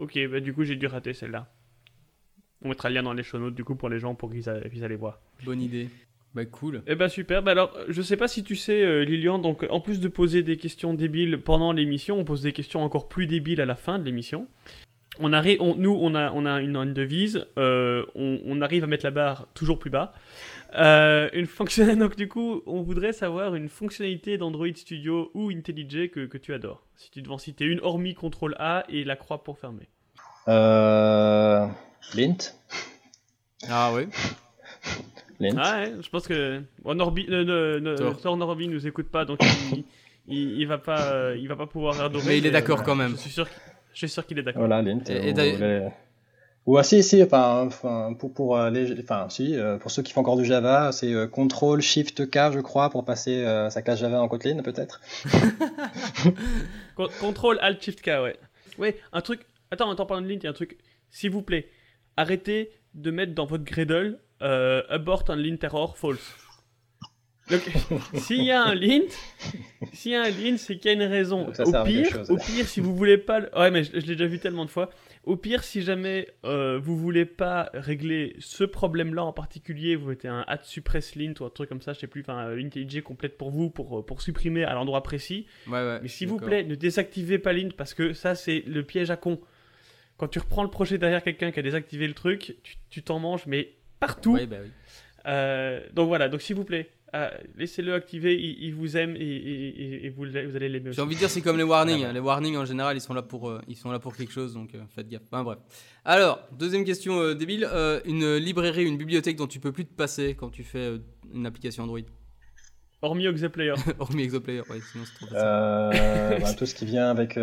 Ok, bah du coup j'ai dû rater celle-là. On mettra le lien dans les show notes du coup pour les gens pour qu'ils a- puissent aller voir. Bonne idée. Bah cool. Eh bah super, bah alors je sais pas si tu sais euh, Lilian, donc en plus de poser des questions débiles pendant l'émission, on pose des questions encore plus débiles à la fin de l'émission. On arrive, on, nous on a, on a une, une devise, euh, on, on arrive à mettre la barre toujours plus bas. Euh, une fonction... Donc du coup, on voudrait savoir une fonctionnalité d'Android Studio ou IntelliJ que, que tu adores. Si tu devais en citer une, hormis contrôle A et la croix pour fermer. Euh... Lint. Ah ouais. Lint. Ah ouais, je pense que bon, Norby, euh, euh, euh, Thor. Thor Norby nous écoute pas, donc il, il, il va pas, euh, il va pas pouvoir adorer. Mais il est d'accord euh, quand même. Je suis sûr, je suis sûr qu'il est d'accord. Voilà, Lint. Et- et ou, d'ailleurs- les- ou ah, si, si, enfin, enfin, pour, pour, euh, les, enfin, si, euh, pour ceux qui font encore du Java, c'est euh, contrôle shift K, je crois, pour passer euh, sa classe Java en Kotlin, peut-être. Con- Contrôle Alt Shift K, ouais. Ouais, un truc. Attends, en parlant de Lint, il y a un truc. S'il vous plaît, arrêtez de mettre dans votre Gradle euh, abort un lint error false. Donc, s'il y a un lint, s'il y a un lint, c'est qu'il y a une raison. Donc ça Au sert à quelque pire, chose. au pire, si vous voulez pas, le- ouais, mais je, je l'ai déjà vu tellement de fois. Au pire, si jamais euh, vous voulez pas régler ce problème-là en particulier, vous mettez un add suppress lint ou un truc comme ça, je sais plus, enfin, IntelliJ complète pour vous pour pour supprimer à l'endroit précis. Ouais ouais. Mais s'il vous d'accord. plaît, ne désactivez pas Lint parce que ça, c'est le piège à con. Quand tu reprends le projet derrière quelqu'un qui a désactivé le truc, tu, tu t'en manges, mais partout. Ouais bah oui. Euh, donc voilà, donc s'il vous plaît, euh, laissez-le activer, il, il vous aime et, et, et, et vous, l'a- vous allez l'aimer aussi. J'ai envie de dire c'est comme les warnings. Voilà. hein. Les warnings en général ils sont là pour euh, ils sont là pour quelque chose donc euh, faites gaffe. Enfin bref. Alors deuxième question euh, débile. Euh, une librairie, une bibliothèque dont tu peux plus te passer quand tu fais euh, une application Android. Hormis Oxaplayer. Hormis Exoplayer. Ouais, sinon c'est trop facile. Euh, ben, tout ce qui vient avec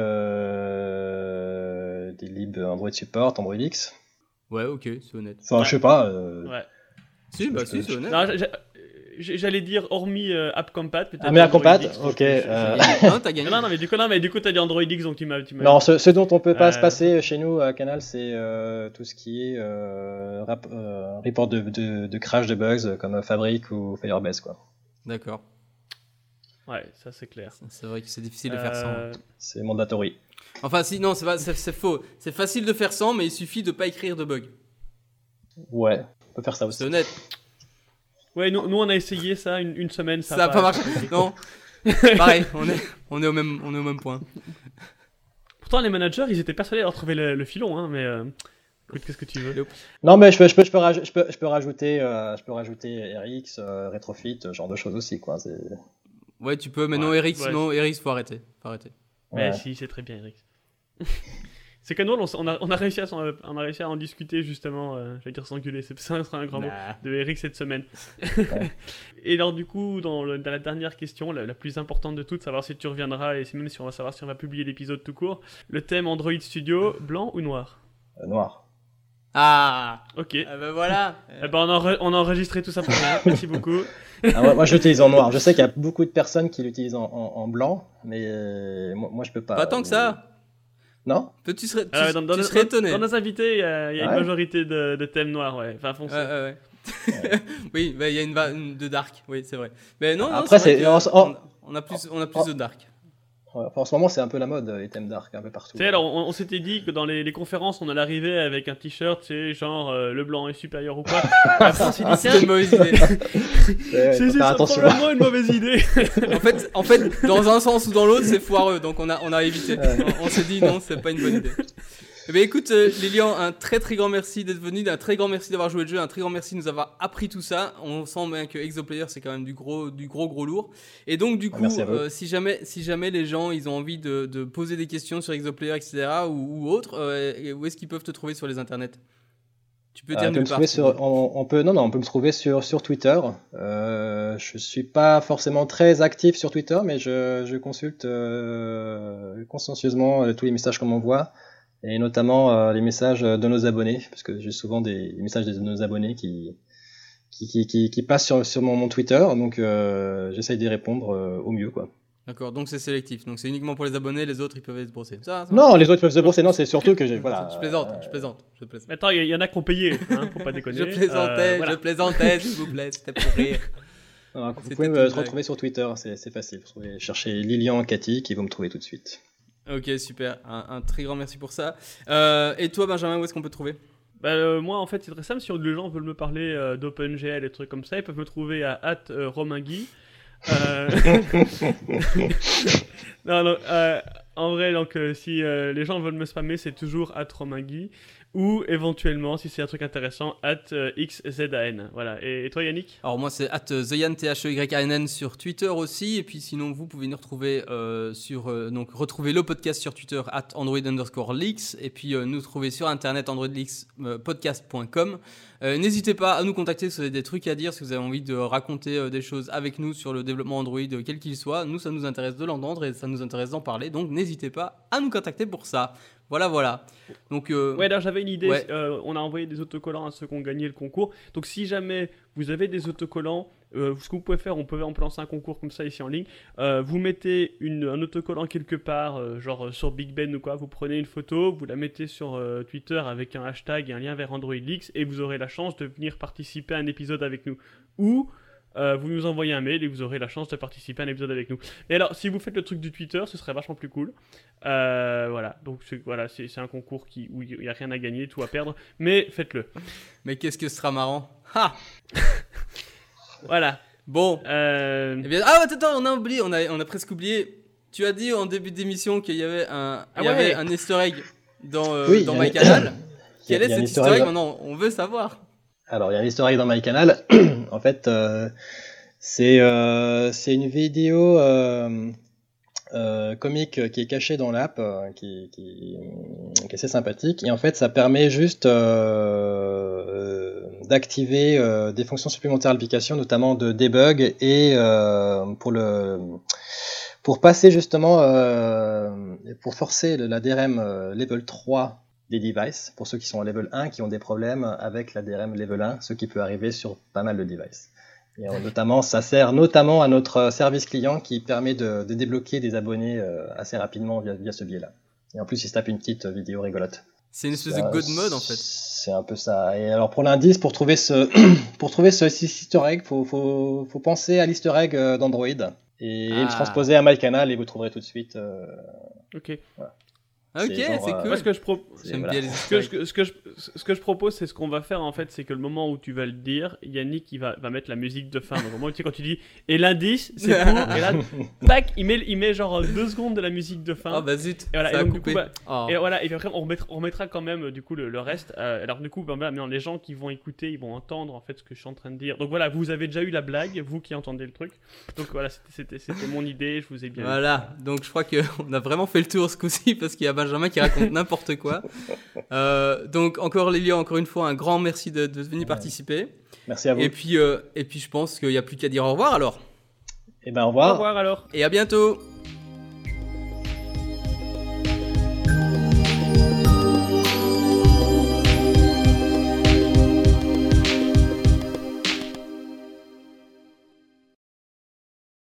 euh, des libs Android Support, Android X. Ouais ok c'est honnête. Enfin, Ouais. je sais pas. euh, Ouais. Si bah je- si je- c'est honnête. Non, j'a- j'a- j'allais dire hormis euh, AppCompat. peut-être Ah, mais Android Acompat, X, ok. je- je- euh, Non t'as gagné. Non, non, mais du coup, non, mais du coup, t'as dit Android X, donc tu m'as. tu m'as- Non, ce, ce dont on peut pas Euh, se passer chez nous à Canal, c'est euh, tout ce qui est euh, rap- euh, report de, de, de crash de bugs euh, comme Fabric ou Firebase, quoi. D'accord. Ouais, ça c'est clair. C'est vrai que c'est difficile de faire sans. Euh, C'est mandatory. Enfin si non c'est pas c'est, c'est faux. C'est facile de faire sans mais il suffit de pas écrire de bug. Ouais, on peut faire ça aussi. C'est honnête. Ouais, nous, nous on a essayé ça une, une semaine. Ça, Ça a pas marché. Non. Pareil on est on est au même on est au même point. Pourtant, les managers, ils étaient persuadés d'avoir trouvé le, le filon, hein, mais euh, écoute, qu'est-ce que tu veux? Non, mais je peux, je peux, je peux, raj- je peux, je peux rajouter, euh, je peux rajouter R X, euh, Retrofit, ce genre de choses aussi, quoi. C'est... Ouais tu peux mais non Ouais, Eric ouais. non Eric faut arrêter. Faut arrêter. Mais Ouais. si, c'est très bien, Eric. C'est qu'à nous, on, s- on a, on, a réussi à, s'en- on a réussi à en discuter justement, euh, j'allais dire s'engueuler, c'est ça sera un grand mot, Nah. de Eric cette semaine. Ouais. Et alors du coup, dans, le- dans la dernière question, la, la plus importante de toutes, savoir si tu reviendras et si- même si on va savoir si on va publier l'épisode tout court, le thème Android Studio, blanc ou noir? Euh, noir. Ah. Ok. Ah bah voilà. Eh ben, on, a enre- on a enregistré tout ça pour rien, merci beaucoup. Ah, moi, moi, je l'utilise en noir. Je sais qu'il y a beaucoup de personnes qui l'utilisent en, en, en blanc, mais euh, moi, moi, je peux pas. Pas tant que ça. Non? Peut- Tu serais tu, Ah ouais, dans, dans tu nos- serais étonné. Dans nos invités, il y a, il y a une Ouais. majorité de, de thèmes noirs, ouais. Enfin, foncé. Ouais, ouais, ouais. Oui, bah, il y a une, va- une de dark, oui, c'est vrai. Mais non, non, Après, c'est vrai c'est- que en- on, on a plus, on a plus en- de dark. Ouais, enfin, en ce moment, c'est un peu la mode, les thèmes dark, un peu partout. Tu sais, alors on, on s'était dit que dans les, les conférences, on allait arriver avec un t-shirt, tu sais, genre euh, le blanc est supérieur ou quoi. Après, on s'est dit, tiens, C'est une mauvaise idée. Ouais, c'est faut c'est faire ça, attention. probablement une mauvaise idée. En fait, en fait, dans un sens ou dans l'autre, c'est foireux, donc on a, on a évité. Ouais. On, on s'est dit non, c'est pas une bonne idée. Eh bien, écoute, euh, Lilian, un très très grand merci d'être venu, un très grand merci d'avoir joué le jeu, un très grand merci de nous avoir appris tout ça. On sent bien que Exoplayer c'est quand même du gros, du gros gros lourd. Et donc du coup, Merci à vous. euh, si jamais, si jamais les gens ils ont envie de, de poser des questions sur Exoplayer, et cetera ou, ou autre, euh, et où est-ce qu'ils peuvent te trouver sur les internets? Tu peux Euh, dire on peut me nulle part. trouver sur, on, on peut, non, non, on peut me trouver sur, sur Twitter. Euh, je suis pas forcément très actif sur Twitter, mais je, je consulte euh, consciencieusement euh, tous les messages qu'on m'envoie, et notamment euh, les messages de nos abonnés, parce que j'ai souvent des, des messages de nos abonnés qui, qui, qui, qui, qui passent sur, sur mon, mon Twitter, donc euh, j'essaye d'y répondre euh, au mieux, quoi. D'accord, donc c'est sélectif. Donc c'est uniquement pour les abonnés, les autres ils peuvent se brosser. Ça, ça Non, les autres peuvent se brosser, non, c'est surtout que j'ai, voilà. Je plaisante, euh, je plaisante, je plaisante. Mais attends, il y, y en a qui ont payé, hein, faut pas déconner. Je plaisantais, Euh, voilà. je plaisantais, s'il vous plaît, c'était pour rire. alors, vous C'était pouvez une me blague. retrouver sur Twitter, c'est c'est facile. Vous pouvez chercher Lilian Cathy, qui vous me trouver tout de suite. Ok, super. Un, un très grand merci pour ça. Euh, et toi, Benjamin, où est-ce qu'on peut te trouver ? Bah, euh, moi, en fait, c'est très simple. Si les gens veulent me parler euh, d'OpenGL et trucs comme ça, ils peuvent me trouver à at euh, Romaingui. Euh... non, non, euh, en vrai, donc, euh, si euh, les gens veulent me spammer, c'est toujours at Romaingui. Ou éventuellement, si c'est un truc intéressant, at euh, xzan. Voilà. Et, et toi, Yannick ? Alors moi, c'est at theyan, T H E Y A N N sur Twitter aussi. Et puis sinon, vous pouvez nous retrouver euh, sur... Euh, donc, retrouver le podcast sur Twitter, at Android underscore leaks. Et puis, euh, nous trouver sur Internet, android leaks podcast point com. Euh, n'hésitez pas à nous contacter si vous avez des trucs à dire, si vous avez envie de raconter euh, des choses avec nous sur le développement Android, euh, quel qu'il soit. Nous, ça nous intéresse de l'entendre et ça nous intéresse d'en parler. Donc, n'hésitez pas à nous contacter pour ça. Voilà, voilà. Donc, euh... ouais, alors j'avais une idée. Ouais. Euh, on a envoyé des autocollants à ceux qui ont gagné le concours. Donc, si jamais vous avez des autocollants, euh, ce que vous pouvez faire, on peut, on peut lancer un concours comme ça ici en ligne. Euh, vous mettez une, un autocollant quelque part, euh, genre euh, sur Big Ben ou quoi. Vous prenez une photo, vous la mettez sur euh, Twitter avec un hashtag et un lien vers Android Leaks et vous aurez la chance de venir participer à un épisode avec nous. Ou Euh, vous nous envoyez un mail et vous aurez la chance de participer à un épisode avec nous. Et alors, si vous faites le truc du Twitter, ce serait vachement plus cool. Euh, voilà, donc c'est, voilà, c'est, c'est un concours qui, où il n'y a rien à gagner, tout à perdre, mais faites-le. Mais qu'est-ce que ce sera marrant. Ha. Voilà. Bon. Euh... Eh bien, ah, attends, attends, on a oublié, on a, on a presque oublié. Tu as dit en début d'émission qu'il y avait un, Ah il y ouais. avait un easter egg dans, euh, Oui, dans il y a- MyCanal. Quel il y est a un cet easter easter egg egg. maintenant ? On veut savoir. Alors, il y a un historique dans MyCanal. En fait, euh, c'est euh, c'est une vidéo euh, euh, comique qui est cachée dans l'app, euh, qui, qui, qui est assez sympathique. Et en fait, ça permet juste euh, euh, d'activer euh, des fonctions supplémentaires à l'application, notamment de debug et euh, pour le pour passer justement euh, pour forcer le- la D R M euh, level trois des devices, pour ceux qui sont en level un, qui ont des problèmes avec la D R M level un, ce qui peut arriver sur pas mal de devices. Et euh, notamment, ça sert notamment à notre service client qui permet de, de débloquer des abonnés euh, assez rapidement via, via ce biais-là. Et en plus, il se tape une petite vidéo rigolote. C'est une espèce C'est de un- God mode en fait. C'est un peu ça. Et alors pour l'indice, pour trouver ce, pour trouver ce easter egg, faut, faut, faut penser à l'easter egg euh, d'Android et, Ah. le transposer à MyCanal et vous trouverez tout de suite. euh, Ok. Ok, C'est c'est, genre, euh, cool. Moi, ce que je pro- J'aime voilà. bien les Ce easter que, eggs. je, ce, que je, ce que je propose, c'est ce qu'on va faire en fait, c'est que le moment où tu vas le dire, Yannick il va, va mettre la musique de fin. Donc, au moment où tu sais, quand tu dis et l'indice, c'est pour, et là, tac, il met, il met genre deux secondes de la musique de fin. Ah bah zut, Et voilà, ça et a donc, du coupé. coup, bah, Oh. Et voilà, et après on remettra, on remettra quand même euh, du coup le, le reste. Euh, alors du coup, ben, voilà, maintenant, les gens qui vont écouter, ils vont entendre en fait ce que je suis en train de dire. Donc voilà, vous avez déjà eu la blague, vous qui entendez le truc. Donc voilà, c'était, c'était, c'était mon idée, je vous ai bien. eu. Voilà, donc je crois qu'on a vraiment fait le tour ce coup-ci parce qu'il y a Benjamin qui raconte n'importe quoi. Euh, donc encore Lélia, encore une fois, un grand merci de, de venir Ouais. participer. Merci à vous. Et puis, euh, et puis je pense qu'il n'y a plus qu'à dire au revoir alors. Et ben au Au revoir. revoir alors. Et à bientôt.